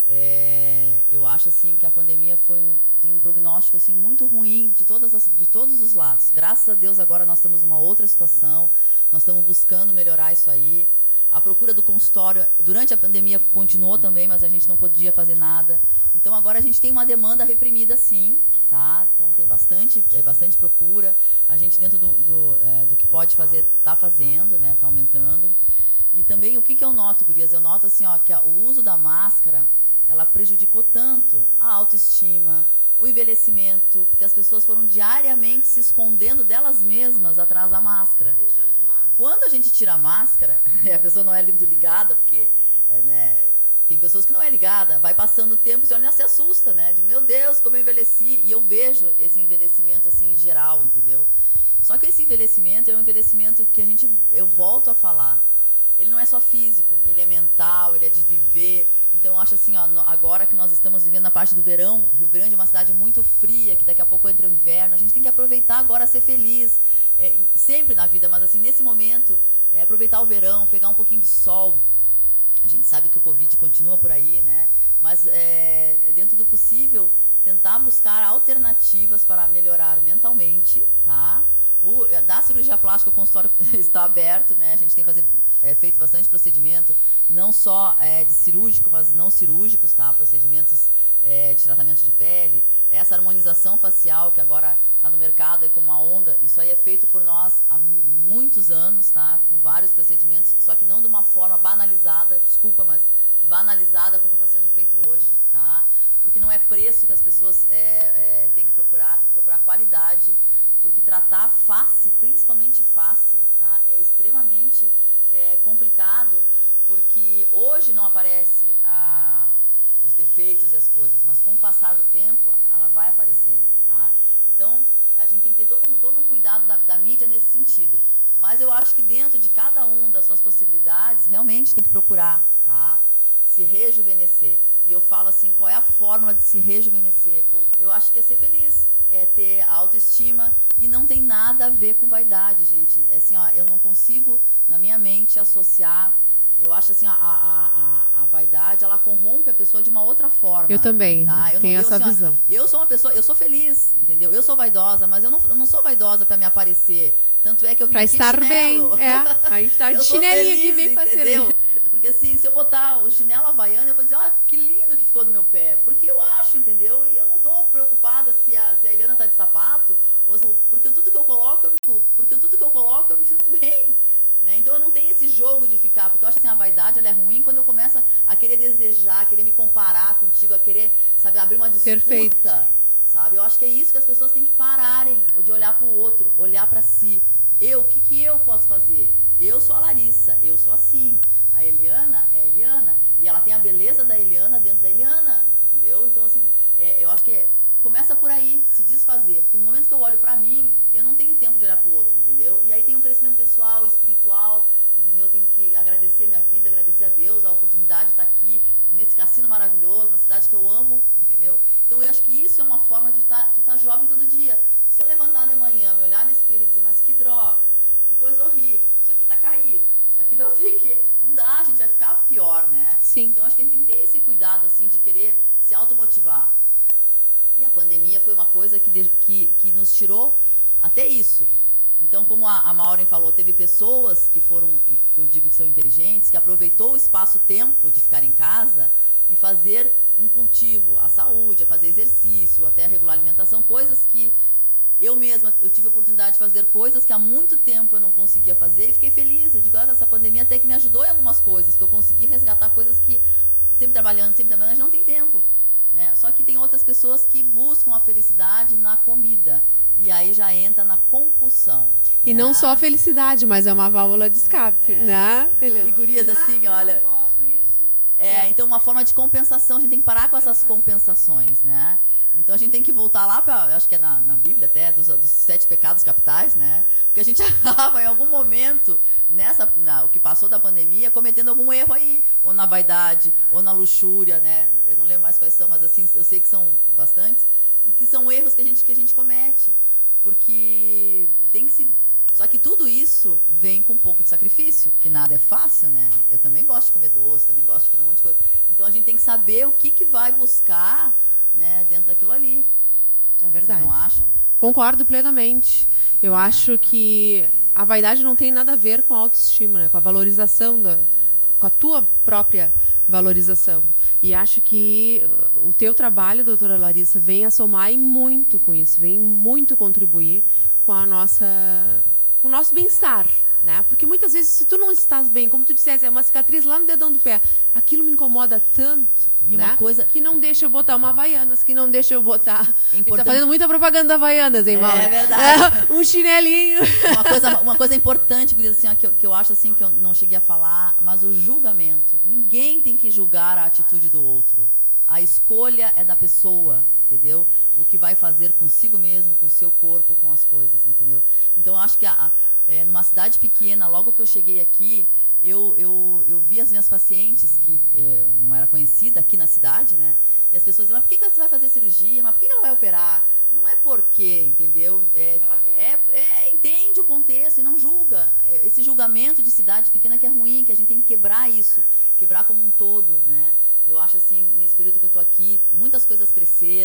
É, eu acho assim que a pandemia foi tem um prognóstico assim muito ruim de todas as, de todos os lados. Graças a Deus agora nós estamos numa outra situação. Nós estamos buscando melhorar isso aí. A procura do consultório durante a pandemia continuou também, mas a gente não podia fazer nada. Então agora a gente tem uma demanda reprimida, sim. Tá? Então tem bastante, é, bastante procura. A gente dentro do, do, é, do que pode fazer, está fazendo, né? Está aumentando. E também o que, que eu noto, gurias? Eu noto assim, ó, que a, o uso da máscara, ela prejudicou tanto a autoestima, o envelhecimento, porque as pessoas foram diariamente se escondendo delas mesmas atrás da máscara. Quando a gente tira a máscara, a pessoa não é muito ligada, porque é, né, tem pessoas que não é ligada, vai passando o tempo e olha, se assusta, né? De, meu Deus, como eu envelheci. E eu vejo esse envelhecimento, assim, em geral, entendeu? Só que esse envelhecimento é um envelhecimento que a gente, eu volto a falar, ele não é só físico, ele é mental, ele é de viver. Então, eu acho assim, ó, agora que nós estamos vivendo a parte do verão, Rio Grande é uma cidade muito fria, que daqui a pouco entra o inverno, a gente tem que aproveitar agora, ser feliz, é, sempre na vida, mas assim, nesse momento, é, aproveitar o verão, pegar um pouquinho de sol. A gente sabe que o Covid continua por aí, né? Mas, é, dentro do possível, tentar buscar alternativas para melhorar mentalmente, tá? O, da cirurgia plástica, o consultório está aberto, né? A gente tem fazer, é, feito bastante procedimento, não só é, de cirúrgico, mas não cirúrgicos, tá? Procedimentos é, de tratamento de pele. Essa harmonização facial que agora está no mercado aí como uma onda, isso aí é feito por nós há muitos anos, tá? Com vários procedimentos, só que não de uma forma banalizada, desculpa, mas banalizada como está sendo feito hoje, tá? Porque não é preço que as pessoas é, é, têm que procurar, tem que procurar qualidade, porque tratar face, principalmente face, tá? É extremamente é, complicado, porque hoje não aparece a, os defeitos e as coisas, mas com o passar do tempo, ela vai aparecendo, tá? Então, a gente tem que ter todo um, todo um cuidado da, da mídia nesse sentido. Mas eu acho que dentro de cada um das suas possibilidades, realmente tem que procurar, tá? Se rejuvenescer. E eu falo assim, qual é a fórmula de se rejuvenescer? Eu acho que é ser feliz, é ter autoestima, e não tem nada a ver com vaidade, gente. Assim, ó, eu não consigo, na minha mente, associar. Eu acho assim, a, a, a, a vaidade, ela corrompe a pessoa de uma outra forma. Eu também, tá? eu tenho não, essa eu, assim, visão. Ó, eu sou uma pessoa, eu sou feliz, entendeu? Eu sou vaidosa, mas eu não, eu não sou vaidosa para me aparecer. Tanto é que eu vim pra de estar chinelo. bem, é. A gente tá de Eu sou chinelinho feliz, aqui, bem parceiro. entendeu? Porque assim, se eu botar o chinelo havaiano, eu vou dizer, ah, que lindo que ficou no meu pé. Porque eu acho, entendeu? E eu não estou preocupada se a, se a Eliana tá de sapato, ou se, porque tudo que eu coloco, eu, porque tudo que eu coloco, eu me sinto bem. Né? Então eu não tenho esse jogo de ficar, porque eu acho assim, a vaidade ela é ruim quando eu começo a querer desejar, a querer me comparar contigo, a querer, sabe, abrir uma disputa. Perfeito. Sabe? Eu acho que é isso que as pessoas têm que pararem, de olhar para o outro, olhar para si. Eu, o que, que eu posso fazer? Eu sou a Larissa, eu sou assim. A Eliana é a Eliana, e ela tem a beleza da Eliana dentro da Eliana, entendeu? Então, assim, é, eu acho que é, começa por aí, se desfazer, porque no momento que eu olho pra mim, eu não tenho tempo de olhar pro outro, entendeu? E aí tem um crescimento pessoal, espiritual, entendeu? Eu tenho que agradecer minha vida, agradecer a Deus, a oportunidade de estar aqui, nesse cassino maravilhoso, na cidade que eu amo, entendeu? Então, eu acho que isso é uma forma de estar, de estar jovem todo dia. Se eu levantar de manhã, me olhar no espelho e dizer, mas que droga, que coisa horrível, isso aqui tá caído, isso aqui não sei o quê, não dá, a gente vai ficar pior, né? Sim. Então, acho que a gente tem que ter esse cuidado, assim, de querer se automotivar. E a pandemia foi uma coisa que, de, que, que nos tirou até isso. Então, como a, a Maureen falou, teve pessoas que foram, que eu digo que são inteligentes, que aproveitou o espaço-tempo de ficar em casa e fazer um cultivo à saúde, a fazer exercício, até a regular alimentação, coisas que eu mesma, eu tive a oportunidade de fazer coisas que há muito tempo eu não conseguia fazer e fiquei feliz. Eu digo, olha, essa pandemia até que me ajudou em algumas coisas, que eu consegui resgatar coisas que, sempre trabalhando, sempre trabalhando, a gente não tem tempo. Né? Só que tem outras pessoas que buscam a felicidade na comida. E aí já entra na compulsão. E né? não só a felicidade, mas é uma válvula de escape, é. né? E gurias assim, olha... É, então uma forma de compensação, a gente tem que parar com essas compensações, né? Então a gente tem que voltar lá para, acho que é na, na Bíblia até, dos, dos sete pecados capitais, né? Porque a gente acaba em algum momento, nessa, na, o que passou da pandemia, cometendo algum erro aí, ou na vaidade, ou na luxúria, né? Eu não lembro mais quais são, mas assim, eu sei que são bastantes, e que são erros que a gente, que a gente comete, porque tem que se... Só que tudo isso vem com um pouco de sacrifício, porque nada é fácil, né? Eu também gosto de comer doce, também gosto de comer um monte de coisa. Então a gente tem que saber o que, que vai buscar, né, dentro daquilo ali. É verdade. Vocês não acham? Concordo plenamente. Eu acho que a vaidade não tem nada a ver com a autoestima, né? Com a valorização, da, com a tua própria valorização. E acho que o teu trabalho, doutora Larissa, vem a somar e muito com isso, vem muito contribuir com a nossa, com o nosso bem-estar, né? Porque muitas vezes, se tu não estás bem, como tu disseste, é uma cicatriz lá no dedão do pé, aquilo me incomoda tanto, e né? uma coisa que não deixa eu botar uma Havaianas, que não deixa eu botar... Importante... A gente tá fazendo muita propaganda da Havaianas, hein, Mauro? É verdade. É, um chinelinho. Uma coisa, uma coisa importante, assim, ó, que, eu, que eu acho assim, que eu não cheguei a falar, mas o julgamento. Ninguém tem que julgar a atitude do outro. A escolha é da pessoa, entendeu? O que vai fazer consigo mesmo, com o seu corpo, com as coisas, entendeu? Então, eu acho que a, a, é, numa cidade pequena, logo que eu cheguei aqui, eu, eu, eu vi as minhas pacientes, que eu não era conhecida aqui na cidade, né? E as pessoas diziam, mas por que, que você vai fazer cirurgia? Mas por que, que ela vai operar? Não é porque, entendeu? É, é, é, entende o contexto e não julga. Esse julgamento de cidade pequena que é ruim, que a gente tem que quebrar isso, quebrar como um todo, né? Eu acho assim, nesse período que eu estou aqui, muitas coisas cresceram.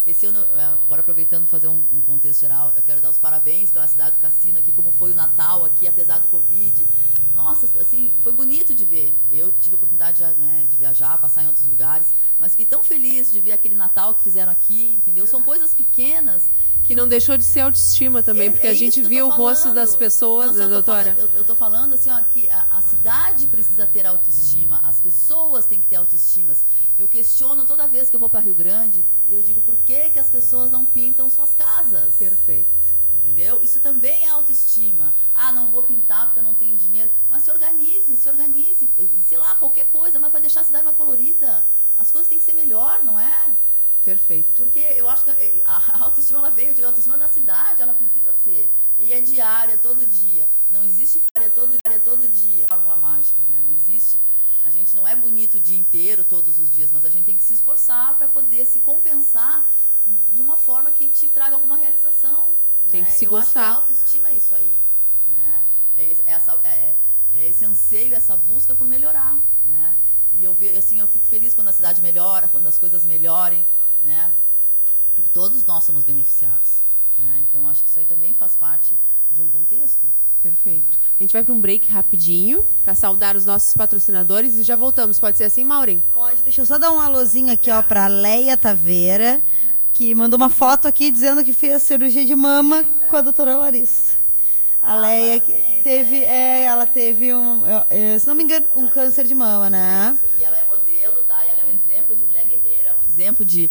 Esse ano, agora aproveitando fazer um, um contexto geral, eu quero dar os parabéns pela cidade do Cassino aqui, como foi o Natal aqui, apesar do Covid. Nossa, assim, foi bonito de ver. Eu tive a oportunidade de, né, de viajar, passar em outros lugares, mas fiquei tão feliz de ver aquele Natal que fizeram aqui, entendeu? São coisas pequenas. Que não deixou de ser autoestima também, é, porque é a gente viu o rosto das pessoas, não, doutora. Tô, eu estou falando assim, ó, que a, a cidade precisa ter autoestima, as pessoas têm que ter autoestima. Eu questiono toda vez que eu vou para Rio Grande, e eu digo, por que, que as pessoas não pintam suas casas? Perfeito. Entendeu? Isso também é autoestima. Ah, não vou pintar porque eu não tenho dinheiro. Mas se organize, se organize, sei lá, qualquer coisa, mas para deixar a cidade mais colorida. As coisas têm que ser melhor, não é? Perfeito. Porque eu acho que a autoestima, ela veio, eu digo, a autoestima da cidade, ela precisa ser. E é diária, todo dia. Não existe diária todo dia, todo dia. Fórmula mágica, né? Não existe. A gente não é bonito o dia inteiro, todos os dias, mas a gente tem que se esforçar para poder se compensar de uma forma que te traga alguma realização. Tem né? que se eu gostar. Acho que a autoestima é isso aí. Né? É, essa, é, é esse anseio, essa busca por melhorar. Né? E eu, ve, assim, eu fico feliz quando a cidade melhora, quando as coisas melhorem. Né? Porque todos nós somos beneficiados. Né? Então, acho que isso aí também faz parte de um contexto. Perfeito. Né? A gente vai para um break rapidinho para saudar os nossos patrocinadores e já voltamos. Pode ser assim, Maureen? Pode. Deixa eu só dar um alôzinho aqui para a Leia Taveira, que mandou uma foto aqui dizendo que fez cirurgia de mama com a doutora Larissa. A Leia teve, é, ela teve um, é, se não me engano, um câncer de mama, né? E ela é modelo, tá? E ela é um exemplo de mulher guerreira, um exemplo de...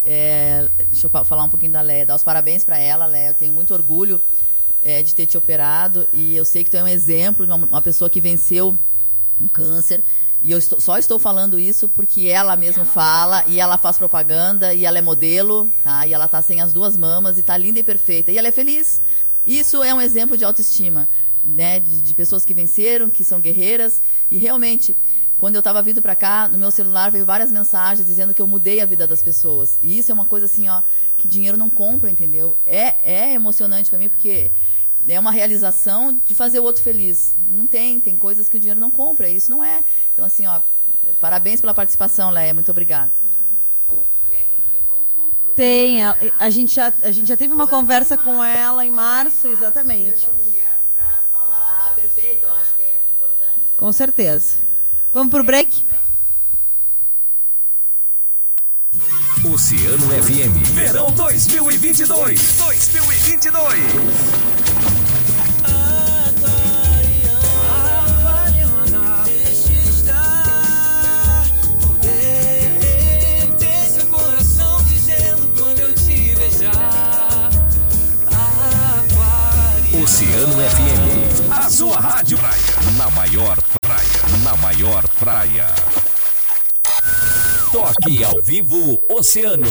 É, deixa eu falar um pouquinho da Leia, dar os parabéns para ela, Leia. Eu tenho muito orgulho é, de ter te operado e eu sei que tu é um exemplo de uma, uma pessoa que venceu um câncer. E eu estou, só estou falando isso porque ela mesma fala e ela faz propaganda e ela é modelo, tá? E ela está sem as duas mamas e está linda e perfeita. E ela é feliz. Isso é um exemplo de autoestima, né? De, de pessoas que venceram, que são guerreiras. E realmente, quando eu estava vindo para cá, no meu celular veio várias mensagens dizendo que eu mudei a vida das pessoas. E isso é uma coisa assim, ó, que dinheiro não compra, entendeu? É, é emocionante para mim porque é uma realização de fazer o outro feliz. Não tem, tem coisas que o dinheiro não compra, isso não é. Então, assim, ó, parabéns pela participação, Leia, muito obrigada. Tem, a, a, gente já, a gente já teve uma conversa com ela em março, exatamente. Ah, perfeito, eu acho que é importante. Com certeza. Vamos pro break? Oceano F M, verão dois mil e vinte e dois. dois mil e vinte e dois. Oceano F M, a sua rádio praia, na maior praia, na maior praia. Toque ao vivo Oceano.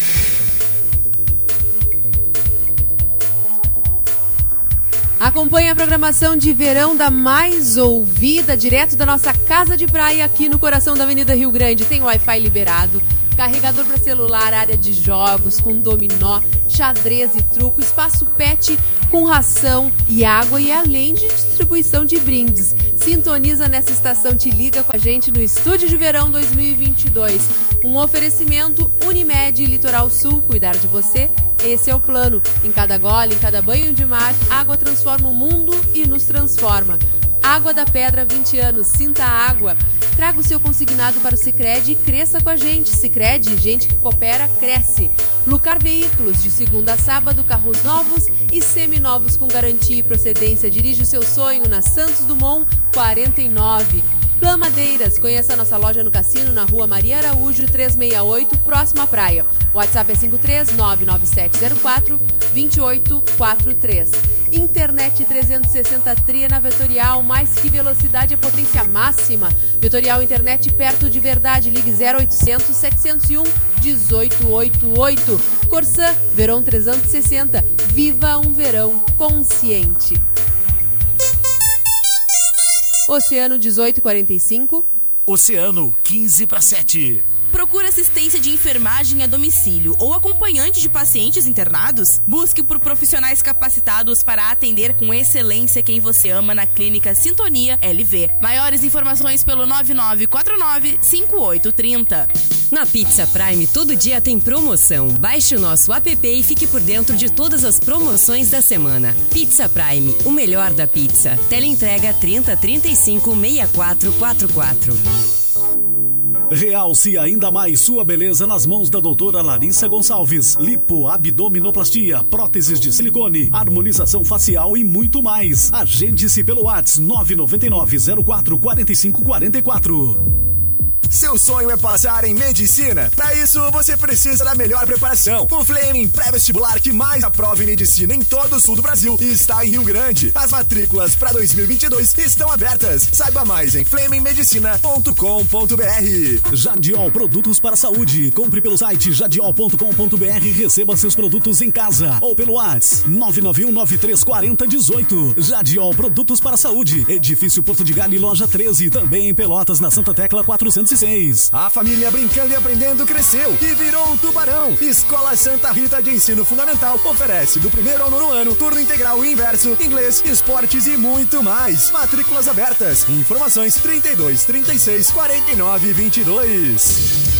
Acompanhe a programação de verão da mais ouvida, direto da nossa casa de praia aqui no coração da Avenida Rio Grande. Tem Wi-Fi liberado, carregador para celular, área de jogos com dominó, xadrez e truco, espaço pet com ração e água e além de distribuição de brindes. Sintoniza nessa estação, te liga com a gente no Estúdio de Verão dois mil e vinte e dois. Um oferecimento Unimed Litoral Sul, cuidar de você, esse é o plano. Em cada gole, em cada banho de mar, água transforma o mundo e nos transforma. Água da Pedra, vinte anos, sinta a água. Traga o seu consignado para o Sicredi e cresça com a gente. Sicredi, gente que coopera, cresce. Lucar Veículos, de segunda a sábado, carros novos e seminovos com garantia e procedência. Dirige o seu sonho na Santos Dumont quarenta e nove. Plan Madeiras, conheça a nossa loja no Cassino, na rua Maria Araújo, trezentos e sessenta e oito, próximo à praia. O WhatsApp é cinco três nove nove sete zero quatro dois oito quatro três. Internet trezentos e sessenta Tria na Vetorial, mais que velocidade é potência máxima. Vetorial Internet perto de verdade, ligue zero oitocentos, setecentos e um, dezoito oitenta e oito. Corsã, Verão trezentos e sessenta, viva um verão consciente. Oceano dezoito e quarenta e cinco. Oceano quinze para sete. Procura assistência de enfermagem a domicílio ou acompanhante de pacientes internados? Busque por profissionais capacitados para atender com excelência quem você ama na Clínica Sintonia L V. Maiores informações pelo nove nove quatro nove cinco oito três zero. Na Pizza Prime, todo dia tem promoção. Baixe o nosso app e fique por dentro de todas as promoções da semana. Pizza Prime, o melhor da pizza. Teleentrega trinta, trinta e cinco, sessenta e quatro quarenta e quatro. Realce ainda mais sua beleza nas mãos da doutora Larissa Gonçalves. Lipo, abdominoplastia, próteses de silicone, harmonização facial e muito mais. Agende-se pelo WhatsApp nove nove nove, zero quatro, quatro cinco quatro quatro. Seu sonho é passar em medicina? Para isso, você precisa da melhor preparação. O Fleming pré-vestibular que mais aprova em medicina em todo o sul do Brasil está em Rio Grande. As matrículas para dois mil e vinte e dois estão abertas. Saiba mais em fleming medicina ponto com ponto b r. Jadiol Produtos para a Saúde. Compre pelo site jadiol ponto com ponto b r e receba seus produtos em casa ou pelo WhatsApp nove nove um, nove três quatro zero um oito. Jadiol Produtos para a Saúde. Edifício Porto de Galho, loja treze. Também em Pelotas, na Santa Tecla quatrocentos e seis. A família brincando e aprendendo cresceu e virou um tubarão. Escola Santa Rita de Ensino Fundamental oferece do primeiro ao nono ano, turno integral e inverso, inglês, esportes e muito mais. Matrículas abertas. Informações trinta e dois, trinta e seis, quarenta e nove, vinte e dois.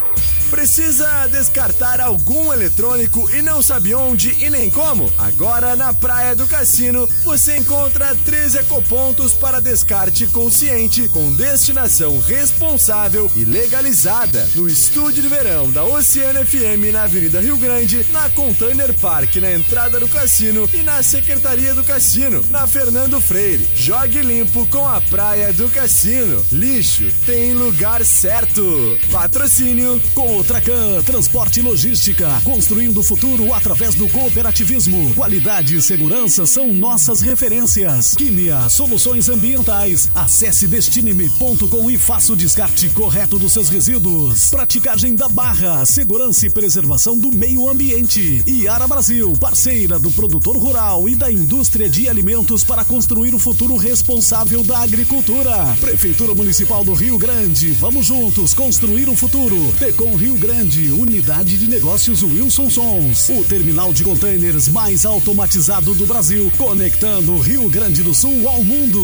Precisa descartar algum eletrônico e não sabe onde e nem como? Agora na Praia do Cassino você encontra três ecopontos para descarte consciente com destinação responsável e legalizada. No estúdio de verão da Oceano F M na Avenida Rio Grande, na Container Park na entrada do cassino e na Secretaria do Cassino, na Fernando Freire. Jogue limpo com a Praia do Cassino. Lixo tem lugar certo. Patrocínio com Tracan, transporte e logística, construindo o futuro através do cooperativismo. Qualidade e segurança são nossas referências. Químia, soluções ambientais. Acesse destineme ponto com e faça o descarte correto dos seus resíduos. Praticagem da Barra, segurança e preservação do meio ambiente. Iara Brasil, parceira do produtor rural e da indústria de alimentos para construir o futuro responsável da agricultura. Prefeitura Municipal do Rio Grande, vamos juntos construir o futuro. Tecom Rio Grande, unidade de negócios Wilson Sons, o terminal de containers mais automatizado do Brasil, conectando o Rio Grande do Sul ao mundo.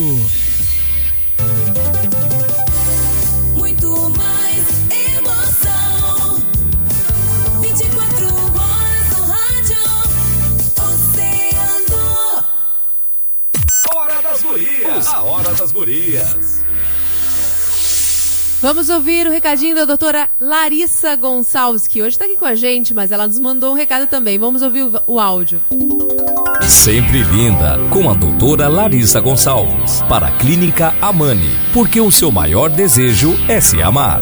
Muito mais emoção. vinte e quatro horas no rádio Oceano. Hora das Gurias. A Hora das Gurias. Vamos ouvir o recadinho da doutora Larissa Gonçalves, que hoje está aqui com a gente, mas ela nos mandou um recado também. Vamos ouvir o, o áudio. Sempre linda, com a doutora Larissa Gonçalves, para a Clínica Amani, porque o seu maior desejo é se amar.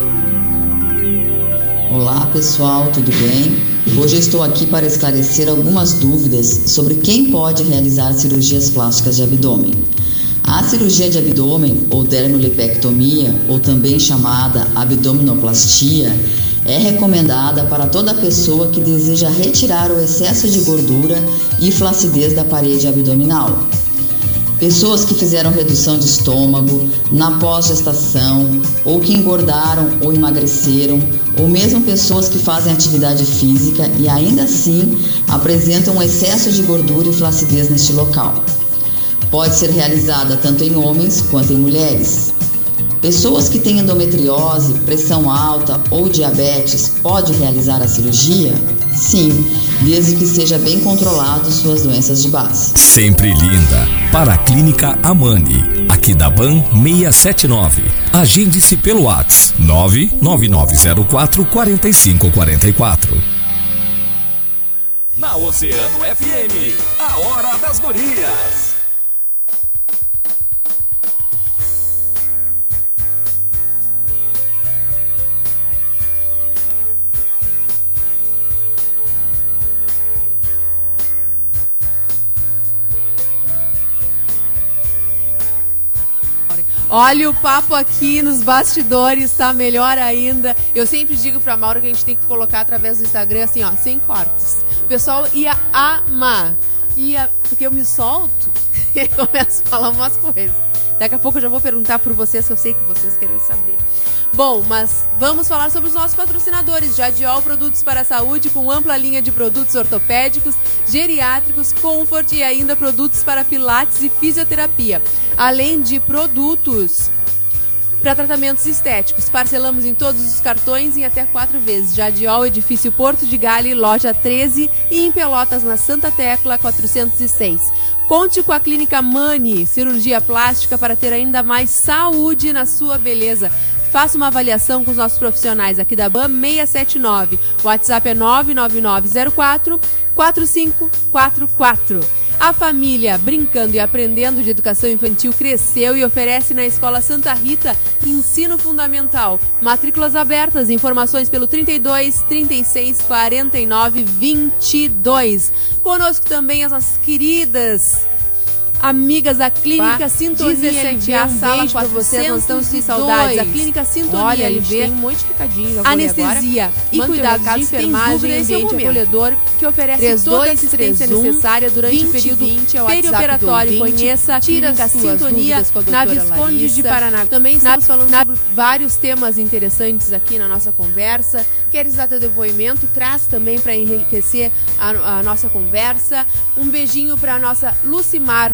Olá pessoal, tudo bem? Hoje eu estou aqui para esclarecer algumas dúvidas sobre quem pode realizar cirurgias plásticas de abdômen. A cirurgia de abdômen, ou dermolipectomia, ou também chamada abdominoplastia, é recomendada para toda pessoa que deseja retirar o excesso de gordura e flacidez da parede abdominal. Pessoas que fizeram redução de estômago na pós-gestação, ou que engordaram ou emagreceram, ou mesmo pessoas que fazem atividade física e ainda assim apresentam um excesso de gordura e flacidez neste local. Pode ser realizada tanto em homens quanto em mulheres. Pessoas que têm endometriose, pressão alta ou diabetes podem realizar a cirurgia? Sim, desde que seja bem controlado suas doenças de base. Sempre linda, para a Clínica Amani, aqui da Ban seiscentos e setenta e nove. Agende-se pelo WhatsApp nove nove nove zero quatro, quatro cinco quatro quatro. Na Oceano F M, a Hora das Gurias. Olha, o papo aqui nos bastidores tá melhor ainda. Eu sempre digo pra Mauro que a gente tem que colocar através do Instagram assim, ó, sem cortes. O pessoal ia amar. Ia, porque eu me solto e começo a falar umas coisas. Daqui a pouco eu já vou perguntar por vocês, que eu sei que vocês querem saber. Bom, mas vamos falar sobre os nossos patrocinadores. Jadiol Produtos para a Saúde, com ampla linha de produtos ortopédicos, geriátricos, comfort e ainda produtos para pilates e fisioterapia. Além de produtos Para tratamentos estéticos, parcelamos em todos os cartões em até quatro vezes. Jadiol, edifício Porto de Gale, loja treze e em Pelotas, na Santa Tecla, quatrocentos e seis. Conte com a Clínica Mani, cirurgia plástica para ter ainda mais saúde na sua beleza. Faça uma avaliação com os nossos profissionais aqui da B A M seiscentos e setenta e nove. O WhatsApp é nove nove nove zero quatro quatro cinco quatro quatro. A família Brincando e Aprendendo de Educação Infantil cresceu e oferece na Escola Santa Rita ensino fundamental. Matrículas abertas, informações pelo trinta e dois, trinta e seis, quarenta e nove, vinte e dois. Conosco também as nossas queridas amigas da Clínica Bah, Sintonia dezessete, L V, a um sala beijo pra quatrocentos vocês, nós estamos com e saudades. dois. A Clínica Sintonia Olha, a L gente V, tem um monte de recadinho, já vou ler anestesia agora. e Manda teu cuidados recado, de se tem enfermagem dúvida, e esse é o ambiente momento. acolhedor que oferece três toda a dois assistência três um, necessária durante o vinte período vinte, é o WhatsApp perioperatório. do ouvinte. Conheça a Tira Clínica as suas Sintonia dúvidas com a na doutora Visconde Larissa. de Paraná. Também estamos falando sobre vários temas interessantes aqui na nossa conversa. Queres dar teu depoimento? Traz também para enriquecer a, a nossa conversa. Um beijinho para a nossa Lucimar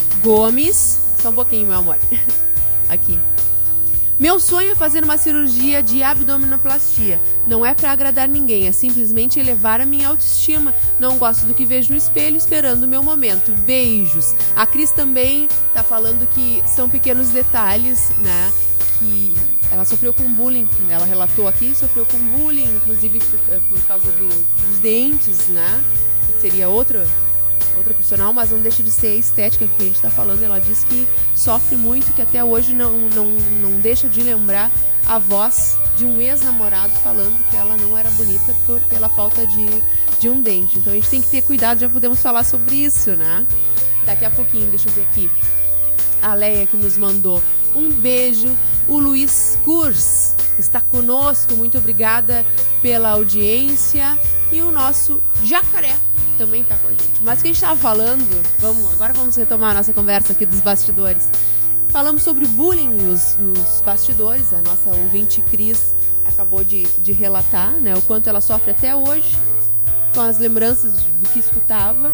Gomes. Só um pouquinho, meu amor. Aqui. Meu sonho é fazer uma cirurgia de abdominoplastia. Não é para agradar ninguém, é simplesmente elevar a minha autoestima. Não gosto do que vejo no espelho, esperando o meu momento. Beijos. A Cris também tá falando que são pequenos detalhes, né? Que ela sofreu com bullying. Ela relatou aqui, sofreu com bullying, inclusive por, por causa do, dos dentes, né? Que seria outra... outra profissional, mas não deixa de ser estética que a gente está falando. Ela diz que sofre muito, que até hoje não, não, não deixa de lembrar a voz de um ex-namorado falando que ela não era bonita por, pela falta de, de um dente. Então a gente tem que ter cuidado, já podemos falar sobre isso, né? Daqui a pouquinho, deixa eu ver aqui. A Leia que nos mandou um beijo. O Luiz Kurs está conosco, muito obrigada pela audiência. E o nosso Jacaré também tá com a gente. Mas o que a gente estava falando, vamos, agora vamos retomar a nossa conversa aqui dos bastidores. Falamos sobre bullying nos, nos bastidores. A nossa ouvinte Cris acabou de, de relatar, né, o quanto ela sofre até hoje com as lembranças do que escutava.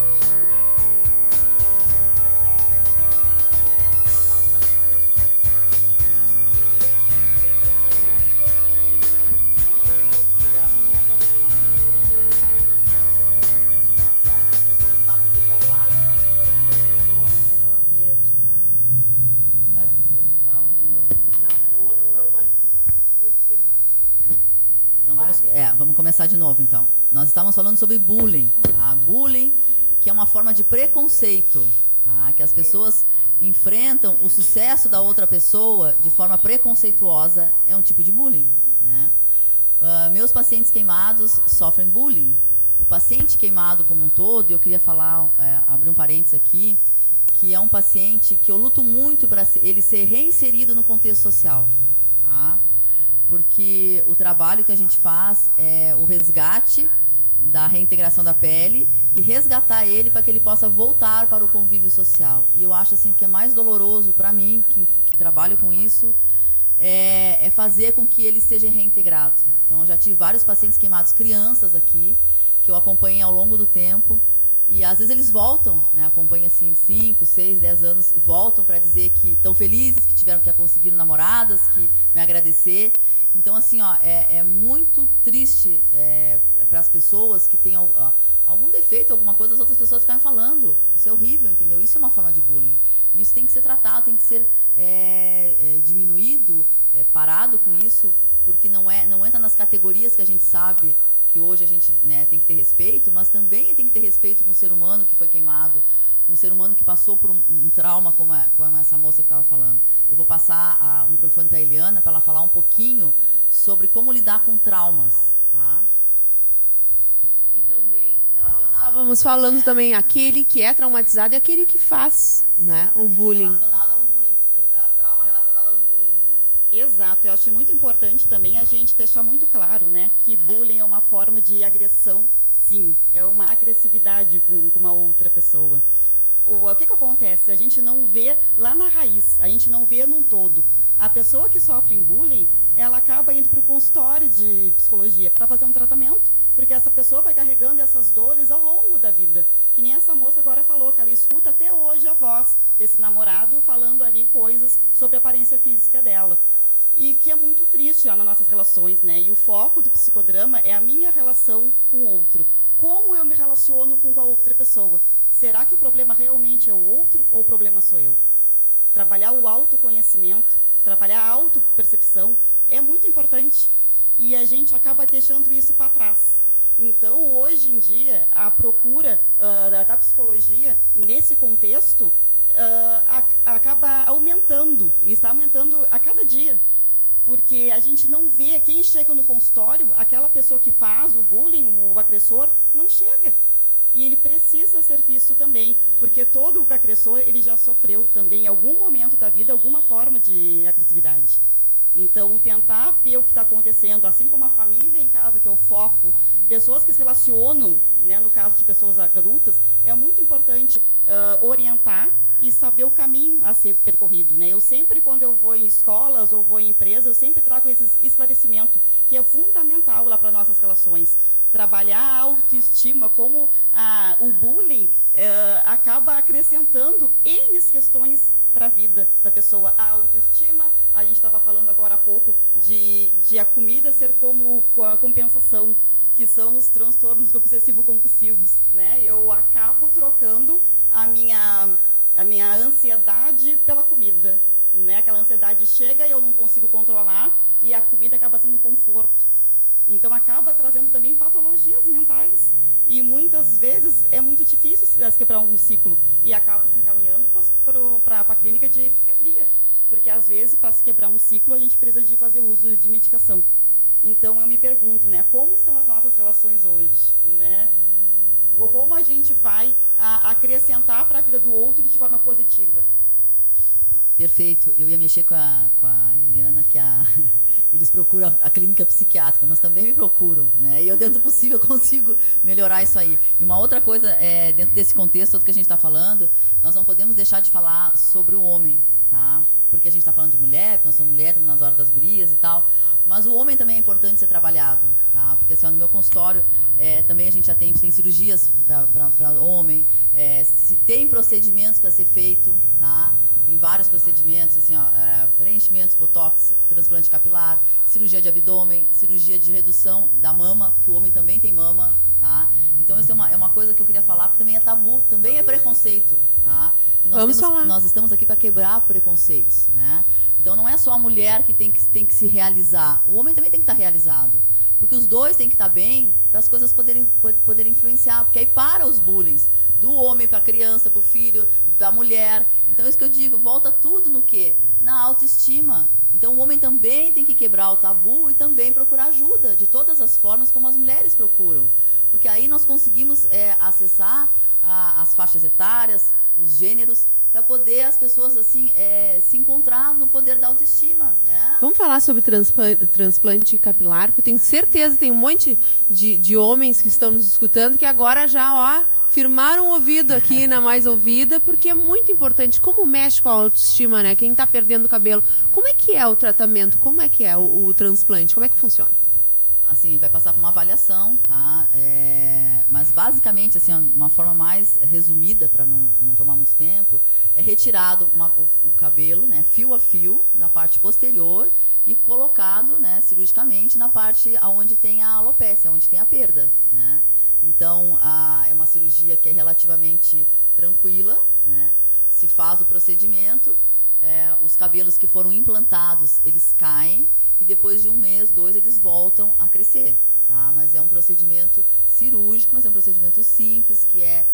É, vamos começar de novo, então. Nós estávamos falando sobre bullying. Tá? Bullying, que é uma forma de preconceito. Tá? Que as pessoas enfrentam o sucesso da outra pessoa de forma preconceituosa. É um tipo de bullying. Né? Uh, meus pacientes queimados sofrem bullying. O paciente queimado como um todo, eu queria falar, é, abrir um parênteses aqui, que é um paciente que eu luto muito para ele ser reinserido no contexto social. Tá? Porque o trabalho que a gente faz é o resgate da reintegração da pele e resgatar ele para que ele possa voltar para o convívio social. E eu acho assim, que é mais doloroso para mim, que, que trabalho com isso, é, é fazer com que ele seja reintegrado. Então, eu já tive vários pacientes queimados, crianças aqui, que eu acompanhei ao longo do tempo. E às vezes eles voltam, né, acompanham assim cinco, seis, dez anos, voltam para dizer que estão felizes, que tiveram que conseguir namoradas, que me agradecer. Então, assim, ó, é, é muito triste é, para as pessoas que têm ó, algum defeito, alguma coisa, as outras pessoas ficarem falando. Isso é horrível, entendeu? Isso é uma forma de bullying. Isso tem que ser tratado, tem que ser é, é, diminuído, é, parado com isso, porque não, é, não entra nas categorias que a gente sabe que hoje a gente, né, tem que ter respeito, mas também tem que ter respeito com o ser humano que foi queimado, com o ser humano que passou por um, um trauma como, a, como essa moça que estava falando. Eu vou passar a, o microfone para a Eliana para ela falar um pouquinho sobre como lidar com traumas. Tá? E, e também estávamos falando também aquele que é traumatizado e aquele que faz, né, o bullying. Relacionado ao bullying, trauma relacionado aos bullying, né? Exato, eu acho muito importante também a gente deixar muito claro, né, que bullying é uma forma de agressão, sim, é uma agressividade com, com uma outra pessoa. O, o que que acontece? A gente não vê lá na raiz, a gente não vê num todo. A pessoa que sofre bullying, ela acaba indo para o consultório de psicologia para fazer um tratamento, porque essa pessoa vai carregando essas dores ao longo da vida. Que nem essa moça agora falou, que ela escuta até hoje a voz desse namorado falando ali coisas sobre a aparência física dela. e que é muito triste lá nas nossas relações, né? E o foco do psicodrama é a minha relação com o outro. Como eu me relaciono com a outra pessoa? Será que o problema realmente é o outro ou o problema sou eu? Trabalhar o autoconhecimento, trabalhar a autopercepção é muito importante e a gente acaba deixando isso para trás. Então, hoje em dia, a procura uh, da, da psicologia, nesse contexto, uh, a, acaba aumentando, e está aumentando a cada dia. Porque a gente não vê quem chega no consultório, aquela pessoa que faz o bullying, o agressor, não chega. E ele precisa ser visto também, porque todo o agressor ele já sofreu também em algum momento da vida, alguma forma de agressividade. Então, tentar ver o que está acontecendo, assim como a família em casa, que é o foco, pessoas que se relacionam, né, no caso de pessoas adultas, é muito importante uh, orientar e saber o caminho a ser percorrido, né? Eu sempre, quando eu vou em escolas ou vou em empresas, eu sempre trago esse esclarecimento, que é fundamental lá para nossas relações. Trabalhar a autoestima, como a, o bullying uh, acaba acrescentando N questões para a vida da pessoa. A autoestima, a gente estava falando agora há pouco de, de a comida ser como a compensação, que são os transtornos obsessivo-compulsivos, né? Eu acabo trocando a minha, a minha ansiedade pela comida, né? Aquela ansiedade chega e eu não consigo controlar e a comida acaba sendo conforto. Então, acaba trazendo também patologias mentais. E muitas vezes é muito difícil se quebrar um ciclo e acaba se encaminhando para a clínica de psiquiatria. Porque, às vezes, para se quebrar um ciclo, a gente precisa de fazer uso de medicação. Então, eu me pergunto, né, como estão as nossas relações hoje? Né? Como a gente vai a, acrescentar para a vida do outro de forma positiva? Perfeito. Eu ia mexer com a, com a Eliana, que a, eles procuram a clínica psiquiátrica, mas também me procuram, né? E eu, dentro do possível, consigo melhorar isso aí. E uma outra coisa, é, dentro desse contexto todo que a gente está falando, nós não podemos deixar de falar sobre o homem, tá? Porque a gente está falando de mulher, porque nós somos mulheres, estamos nas horas das gurias e tal, mas o homem também é importante ser trabalhado, tá? Porque assim, ó, no meu consultório é, também a gente atende, tem cirurgias para homem, é, se tem procedimentos para ser feito, tá? Tem vários procedimentos, assim, ó, é, preenchimentos, botox, transplante capilar, cirurgia de abdômen, cirurgia de redução da mama, porque o homem também tem mama, tá? Então, isso é uma, é uma coisa que eu queria falar, porque também é tabu, também é preconceito, tá? E nós, Vamos temos, falar. nós estamos aqui para quebrar preconceitos, né? Então, não é só a mulher que tem que, tem que se realizar, o homem também tem que estar realizado. Porque os dois têm que estar bem para as coisas poderem, poderem influenciar, porque aí para os bullying, do homem para a criança, para o filho, para a mulher. Então, isso que eu digo, volta tudo no quê? Na autoestima. Então, o homem também tem que quebrar o tabu e também procurar ajuda, de todas as formas como as mulheres procuram. Porque aí nós conseguimos é, acessar a, as faixas etárias, os gêneros, para poder as pessoas assim é, se encontrar no poder da autoestima, né? Vamos falar sobre transplante, transplante capilar, porque eu tenho certeza que tem um monte de, de homens que estão nos escutando que agora já, ó, firmaram o ouvido aqui na Mais Ouvida, porque é muito importante. Como mexe com a autoestima, né? Quem está perdendo o cabelo. Como é que é o tratamento? Como é que é o, o transplante? Como é que funciona? Assim, vai passar por uma avaliação, tá? É, mas basicamente, assim, uma forma mais resumida, para não, não tomar muito tempo, é retirado uma, o, o cabelo, né, fio a fio, da parte posterior e colocado, né, cirurgicamente na parte onde tem a alopécia, onde tem a perda, né? Então, a, é uma cirurgia que é relativamente tranquila, né? Se faz o procedimento, é, os cabelos que foram implantados, eles caem, e depois de um mês, dois, eles voltam a crescer, tá? Mas é um procedimento cirúrgico, mas é um procedimento simples, que é,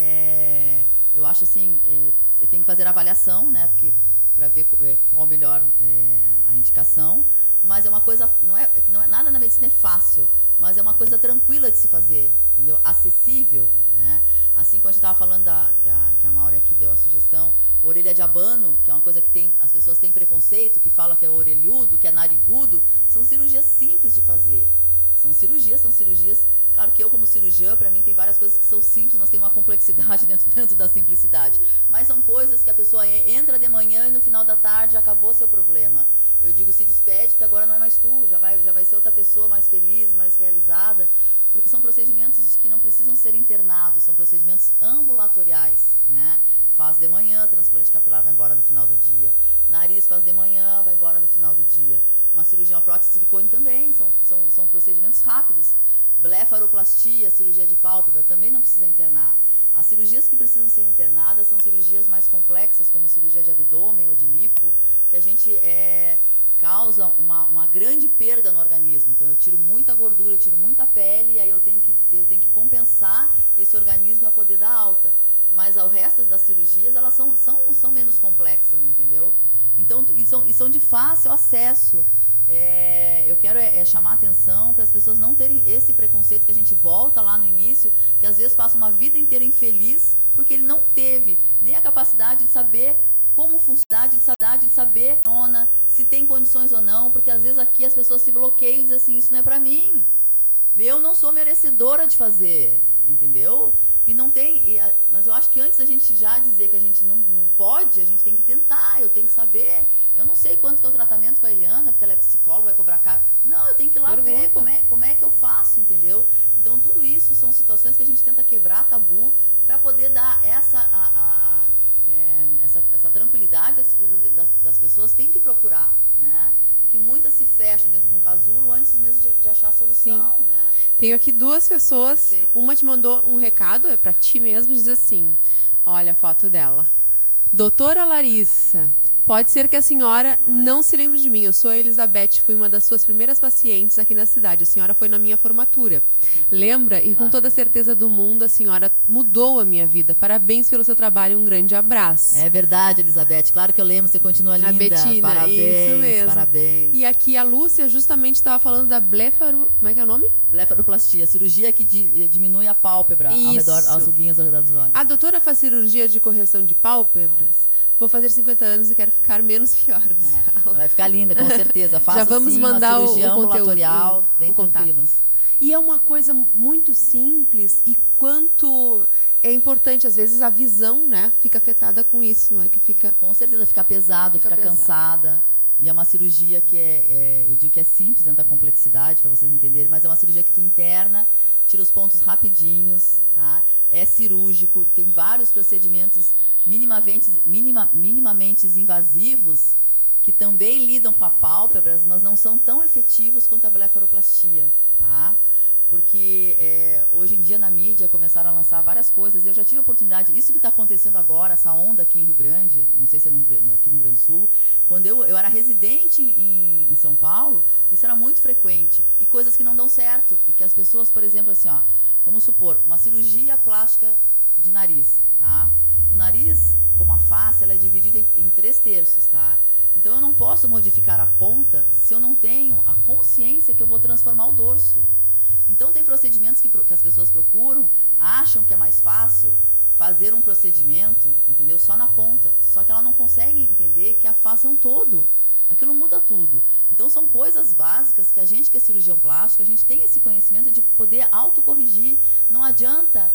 é eu acho assim, é, tem que fazer a avaliação, né? Porque para ver é, qual melhor é, a indicação, mas é uma coisa, não é, não é, nada na medicina é fácil, mas é uma coisa tranquila de se fazer, entendeu? Acessível, né? Assim como a gente estava falando, da, que, a, que a Maura aqui deu a sugestão, orelha de abano, que é uma coisa que tem, as pessoas têm preconceito, que falam que é orelhudo, que é narigudo, são cirurgias simples de fazer. São cirurgias, são cirurgias... Claro que eu, como cirurgiã, para mim tem várias coisas que são simples, nós temos uma complexidade dentro, dentro da simplicidade. Mas são coisas que a pessoa entra de manhã e no final da tarde acabou seu problema. Eu digo, se despede, porque agora não é mais tu, já vai, já vai ser outra pessoa mais feliz, mais realizada, porque são procedimentos que não precisam ser internados, são procedimentos ambulatoriais, né? faz de manhã, transplante capilar vai embora no final do dia. Nariz faz de manhã, vai embora no final do dia. Uma cirurgia, uma prótese de silicone também, são, são, são procedimentos rápidos. Blefaroplastia, cirurgia de pálpebra, também não precisa internar. As cirurgias que precisam ser internadas são cirurgias mais complexas, como cirurgia de abdômen ou de lipo, que a gente é, causa uma, uma grande perda no organismo. Então, eu tiro muita gordura, eu tiro muita pele, e aí eu tenho que, eu tenho que compensar esse organismo para poder dar alta. Mas o resto das cirurgias, elas são, são, são menos complexas, entendeu? Então, e são, e são de fácil acesso. É, eu quero é, é chamar a atenção para as pessoas não terem esse preconceito que a gente volta lá no início, que às vezes passa uma vida inteira infeliz porque ele não teve nem a capacidade de saber como funciona, de saber, de saber se tem condições ou não, porque às vezes aqui as pessoas se bloqueiam e dizem assim, isso não é para mim, eu não sou merecedora de fazer, entendeu? E não tem, e, mas eu acho que antes da gente já dizer que a gente não, não pode, a gente tem que tentar, eu tenho que saber. Eu não sei quanto que é o tratamento com a Eliana, porque ela é psicóloga, vai cobrar caro. Não, eu tenho que ir lá Pergunta. ver como é, como é que eu faço, entendeu? Então, tudo isso são situações que a gente tenta quebrar tabu para poder dar essa, a, a, é, essa, essa tranquilidade das, das pessoas, tem que procurar, né? Porque muitas se fecham dentro de um casulo antes mesmo de, de achar a solução, Sim. né? Tenho aqui duas pessoas, Perfeito. Uma te mandou um recado, é para ti mesmo, diz assim, olha a foto dela. Doutora Larissa, pode ser que a senhora não se lembre de mim, eu sou a Elizabeth, fui uma das suas primeiras pacientes aqui na cidade, a senhora foi na minha formatura. Lembra? E com toda a certeza do mundo, a senhora mudou a minha vida. Parabéns pelo seu trabalho, um grande abraço. É verdade, Elizabeth, claro que eu lembro, você continua linda. A Betina, parabéns, isso mesmo. Parabéns. E aqui a Lúcia justamente estava falando da blefaro... Como é que é o nome? Blefaroplastia, cirurgia que di, diminui a pálpebra ao Isso. redor, as ruguinhas ao redor dos olhos. A doutora faz cirurgia de correção de pálpebras? Vou fazer cinquenta anos e quero ficar menos pior. É, vai ficar linda, com certeza. Faça Já vamos sim, mandar uma o, cirurgia o conteúdo, ambulatorial, o, bem o contato. tranquilo. E é uma coisa muito simples e quanto é importante, às vezes a visão, né, fica afetada com isso, não é que fica... Com certeza, fica pesado, fica, Fica fica pesado. cansada. E é uma cirurgia que é, é, eu digo que é simples dentro da complexidade, para vocês entenderem, mas é uma cirurgia que tu interna, tira os pontos rapidinhos, tá? É cirúrgico, tem vários procedimentos minimamente, minima, minimamente invasivos que também lidam com a pálpebras, mas não são tão efetivos quanto a blefaroplastia, tá? Porque é, hoje em dia na mídia começaram a lançar várias coisas e eu já tive a oportunidade, isso que está acontecendo agora, essa onda aqui em Rio Grande, não sei se é no, aqui no Rio Grande do Sul, quando eu, eu era residente em, em São Paulo, isso era muito frequente e coisas que não dão certo e que as pessoas, por exemplo, assim, ó, vamos supor, uma cirurgia plástica de nariz, tá? O nariz, como a face, ela é dividida em, em três terços, tá? Então eu não posso modificar a ponta se eu não tenho a consciência que eu vou transformar o dorso. Então, tem procedimentos que, que as pessoas procuram, acham que é mais fácil fazer um procedimento, entendeu? Só na ponta. Só que ela não consegue entender que a face é um todo. Aquilo muda tudo. Então, são coisas básicas que a gente que é cirurgião plástico, a gente tem esse conhecimento de poder autocorrigir. Não adianta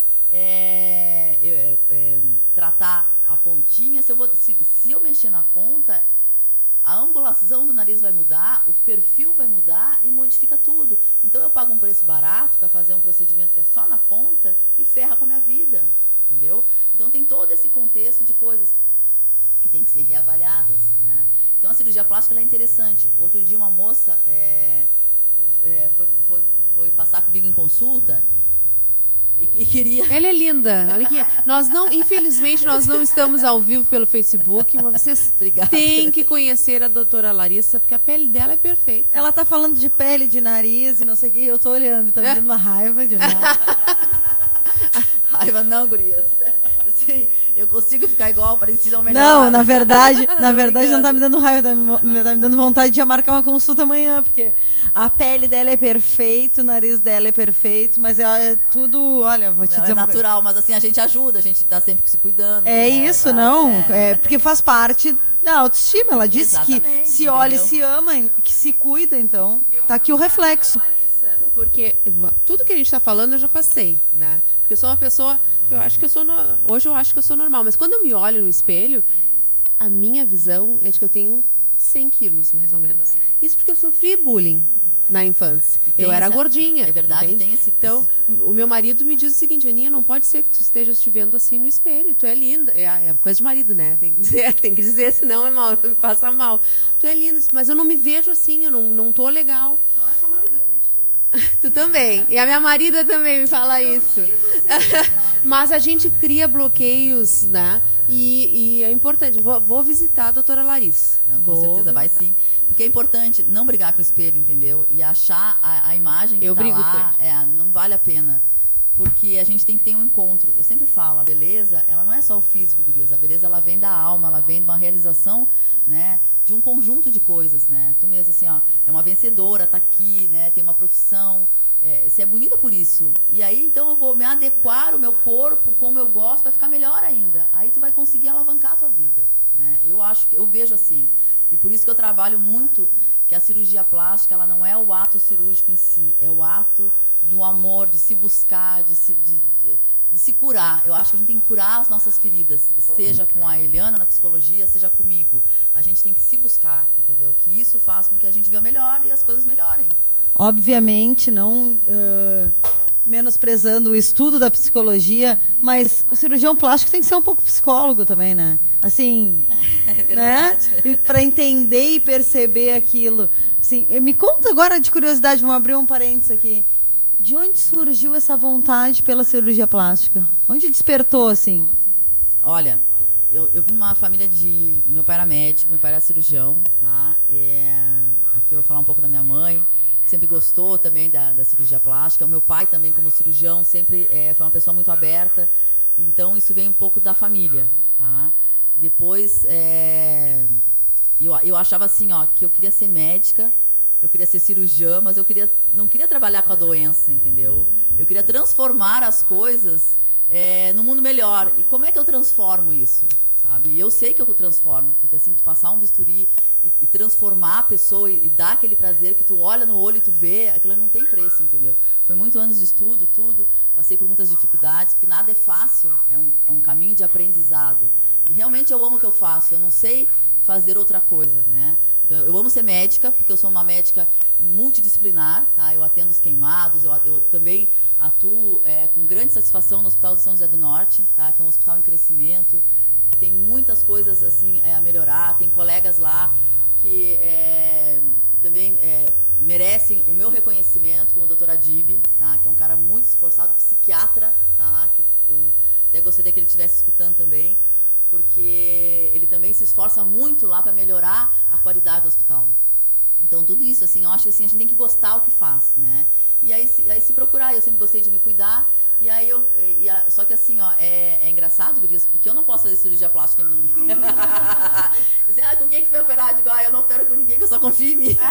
é, é, é, tratar a pontinha. Se eu, vou, se, se eu mexer na ponta... A angulação do nariz vai mudar, o perfil vai mudar e modifica tudo. Então, eu pago um preço barato para fazer um procedimento que é só na ponta e ferra com a minha vida, entendeu? Então, tem todo esse contexto de coisas que tem que ser reavaliadas, né? Então, a cirurgia plástica ela é interessante. Outro dia, uma moça é, é, foi, foi, foi passar comigo em consulta e, e queria... Ela é linda. Olha aqui. Nós não, infelizmente, nós não estamos ao vivo pelo Facebook, mas vocês Obrigada. têm que conhecer a doutora Larissa, porque a pele dela é perfeita. Ela tá falando de pele, de nariz e não sei o que, eu tô olhando, tá me dando uma raiva de nada. Raiva não, gurias. Sim, eu consigo ficar igual, parecida ao melhor. Não, na verdade, na verdade não tá me dando raiva, tá me, tá me dando vontade de marcar uma consulta amanhã, porque a pele dela é perfeita, o nariz dela é perfeito, mas é, é tudo, olha, vou te Não, dizer... é uma natural, mas assim, a gente ajuda, a gente tá sempre se cuidando. É isso, não, é. é porque faz parte da autoestima, ela disse que Exatamente, se olha e entendeu? se ama, que se cuida, então, tá aqui o reflexo. Porque tudo que a gente está falando eu já passei, né? Porque eu sou uma pessoa, eu acho que eu sou, no, hoje eu acho que eu sou normal, mas quando eu me olho no espelho, a minha visão é de que eu tenho cem quilos, mais ou menos. Isso porque eu sofri bullying. na infância. Tem Eu era essa- gordinha. é verdade, entende? tem esse- Então, o meu marido me diz o seguinte, Aninha, não pode ser que tu estejas te vendo assim no espelho, tu é linda. É, é coisa de marido, né? Tem que dizer, tem que dizer senão é mal, me passa mal. Tu é linda, mas eu não me vejo assim, eu não, não tô legal. Não é só marido, tu também. E a minha marida também me fala isso. Mas a gente cria bloqueios, né? E, e é importante. Vou, vou visitar a doutora Larissa. Não, com Vou certeza vai visitar. sim. Porque é importante não brigar com o espelho, entendeu? E achar a, a imagem que Eu tá brigo lá, com é, não vale a pena. Porque a gente tem que ter um encontro. Eu sempre falo, a beleza, ela não é só o físico, gurias. A beleza, ela vem da alma, ela vem de uma realização, né? De um conjunto de coisas, né? Tu mesmo, assim, ó, é uma vencedora, tá aqui, né? Tem uma profissão. É, você é bonita por isso. E aí, então, eu vou me adequar o meu corpo como eu gosto, vai ficar melhor ainda. Aí tu vai conseguir alavancar a tua vida, né? Eu acho que, eu vejo assim. E por isso que eu trabalho muito que a cirurgia plástica, ela não é o ato cirúrgico em si, é o ato do amor, de se buscar, de se, de, de, de se curar. Eu acho que a gente tem que curar as nossas feridas, seja com a Eliana na psicologia, seja comigo. A gente tem que se buscar, entendeu? Que isso faz com que a gente viva melhor e as coisas melhorem. Obviamente, não uh, menosprezando o estudo da psicologia, mas o cirurgião plástico tem que ser um pouco psicólogo também, né? Assim, É né? Para entender e perceber aquilo. Assim, me conta agora de curiosidade, vamos abrir um parênteses aqui. De onde surgiu essa vontade pela cirurgia plástica? Onde despertou, assim? Olha, eu, eu vim de uma família de... Meu pai era médico, meu pai era cirurgião, tá? É, aqui eu vou falar um pouco da minha mãe, que sempre gostou também da, da cirurgia plástica. O meu pai também, como cirurgião, sempre é, foi uma pessoa muito aberta. Então, isso vem um pouco da família, tá? Depois, é, eu, eu achava assim, ó, que eu queria ser médica, eu queria ser cirurgiã, mas eu queria, não queria trabalhar com a doença, entendeu? Eu queria transformar as coisas é, no mundo melhor. E como é que eu transformo isso, sabe? E eu sei que eu transformo, porque assim, tu passar um bisturi e, e transformar a pessoa e, e dar aquele prazer que tu olha no olho e tu vê, aquilo não tem preço, entendeu? Foi muitos anos de estudo, tudo, passei por muitas dificuldades, porque nada é fácil, é um, é um caminho de aprendizado. E realmente eu amo o que eu faço, eu não sei fazer outra coisa, né? Eu amo ser médica, porque eu sou uma médica multidisciplinar, tá? Eu atendo os queimados, eu, eu também atuo é, com grande satisfação no Hospital de São José do Norte, tá? Que é um hospital em crescimento, tem muitas coisas assim é, a melhorar, tem colegas lá que é, também é, merecem o meu reconhecimento, como o doutor Adib, tá? Que é um cara muito esforçado, psiquiatra, tá? Que eu até gostaria que ele estivesse escutando também, porque ele também se esforça muito lá para melhorar a qualidade do hospital. Então, tudo isso, assim, eu acho que assim, a gente tem que gostar do que faz, né? E aí se, aí se procurar, eu sempre gostei de me cuidar, e aí eu... E a, só que assim, ó, é, é engraçado, Gurias, porque eu não posso fazer cirurgia plástica em mim. Assim, ah, com quem que foi operar? Eu digo, ah, eu não opero com ninguém, que eu só confio em mim.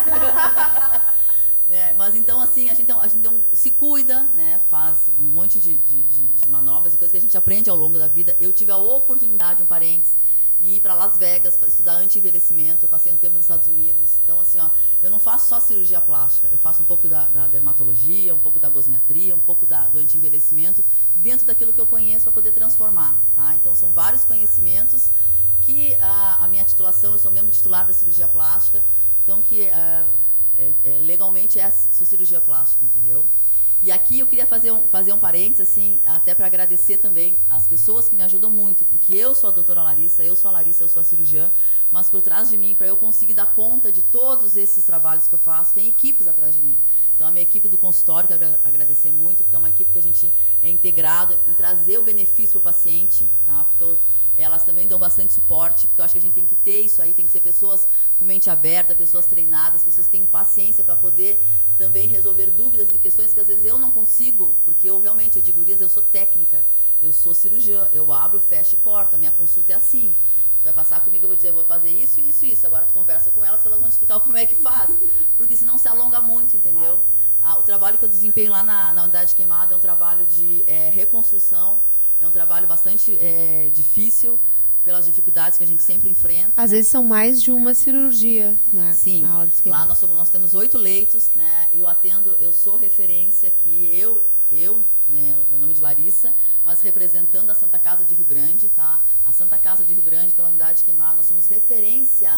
É, mas então, assim, a gente, a gente um, se cuida, né? Faz um monte de, de, de, de manobras e coisas que a gente aprende ao longo da vida. Eu tive a oportunidade, um parênteses, de ir para Las Vegas, estudar anti-envelhecimento. Eu passei um tempo nos Estados Unidos. Então, assim, ó, eu não faço só cirurgia plástica. Eu faço um pouco da, da dermatologia, um pouco da gosmetria, um pouco da, do anti-envelhecimento, dentro daquilo que eu conheço para poder transformar, tá? Então, são vários conhecimentos que a, a minha titulação, eu sou mesmo titular da cirurgia plástica, então que... A, É, é, legalmente é a sua cirurgia plástica, entendeu? E aqui eu queria fazer um, fazer um parênteses, assim, até para agradecer também as pessoas que me ajudam muito, porque eu sou a doutora Larissa, eu sou a Larissa, eu sou a cirurgiã, mas por trás de mim, para eu conseguir dar conta de todos esses trabalhos que eu faço, tem equipes atrás de mim. Então, a minha equipe do consultório, que eu quero agradecer muito, porque é uma equipe que a gente é integrado em trazer o benefício para o paciente, tá? Porque eu, elas também dão bastante suporte, porque eu acho que a gente tem que ter isso aí, tem que ser pessoas com mente aberta, pessoas treinadas, pessoas que têm paciência para poder também resolver dúvidas e questões que às vezes eu não consigo, porque eu realmente, eu digo, Gurias, eu sou técnica, eu sou cirurgiã, eu abro, fecho e corto, a minha consulta é assim. Você vai passar comigo, eu vou dizer, eu vou fazer isso, isso, isso. Agora tu conversa com elas, que elas vão te explicar como é que faz, porque senão se alonga muito, entendeu? Ah, o trabalho que eu desempenho lá na, na unidade queimada é um trabalho de é, reconstrução. É um trabalho bastante é, difícil, pelas dificuldades que a gente sempre enfrenta. Às né? vezes são mais de uma cirurgia, né? Sim, na aula de lá nós, somos, nós temos oito leitos, né? Eu atendo, eu sou referência aqui, eu, eu né, meu nome de Larissa, mas representando a Santa Casa de Rio Grande, tá? A Santa Casa de Rio Grande, pela unidade queimada, nós somos referência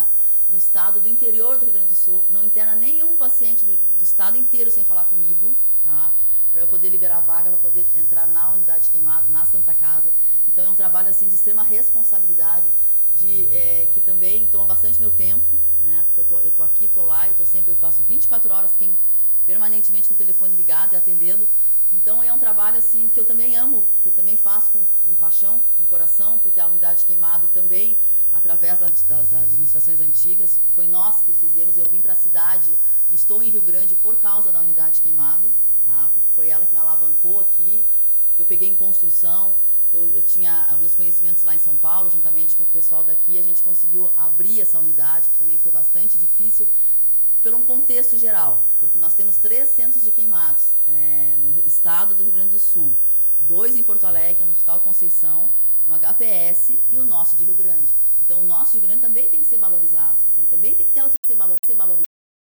no estado do interior do Rio Grande do Sul, não interna nenhum paciente do, do estado inteiro sem falar comigo, tá? Para eu poder liberar a vaga, para poder entrar na unidade queimada, na Santa Casa. Então é um trabalho assim de extrema responsabilidade, de, é, que também toma bastante meu tempo, né? Porque eu tô, eu tô aqui, tô lá, eu tô sempre, eu passo vinte e quatro horas quem, permanentemente com o telefone ligado e atendendo. Então é um trabalho assim que eu também amo, que eu também faço com, com paixão, com coração, porque a unidade queimada também, através das administrações antigas, foi nós que fizemos. Eu vim para a cidade e estou em Rio Grande por causa da unidade queimada, tá? Porque foi ela que me alavancou aqui, que eu peguei em construção, eu, eu tinha meus conhecimentos lá em São Paulo, juntamente com o pessoal daqui, a gente conseguiu abrir essa unidade, que também foi bastante difícil, pelo um contexto geral, porque nós temos três centros de queimados é, no estado do Rio Grande do Sul, dois em Porto Alegre, no Hospital Conceição, no H P S e o nosso de Rio Grande. Então, o nosso Rio Grande também tem que ser valorizado. Então, também tem que ter algo que ser valorizado.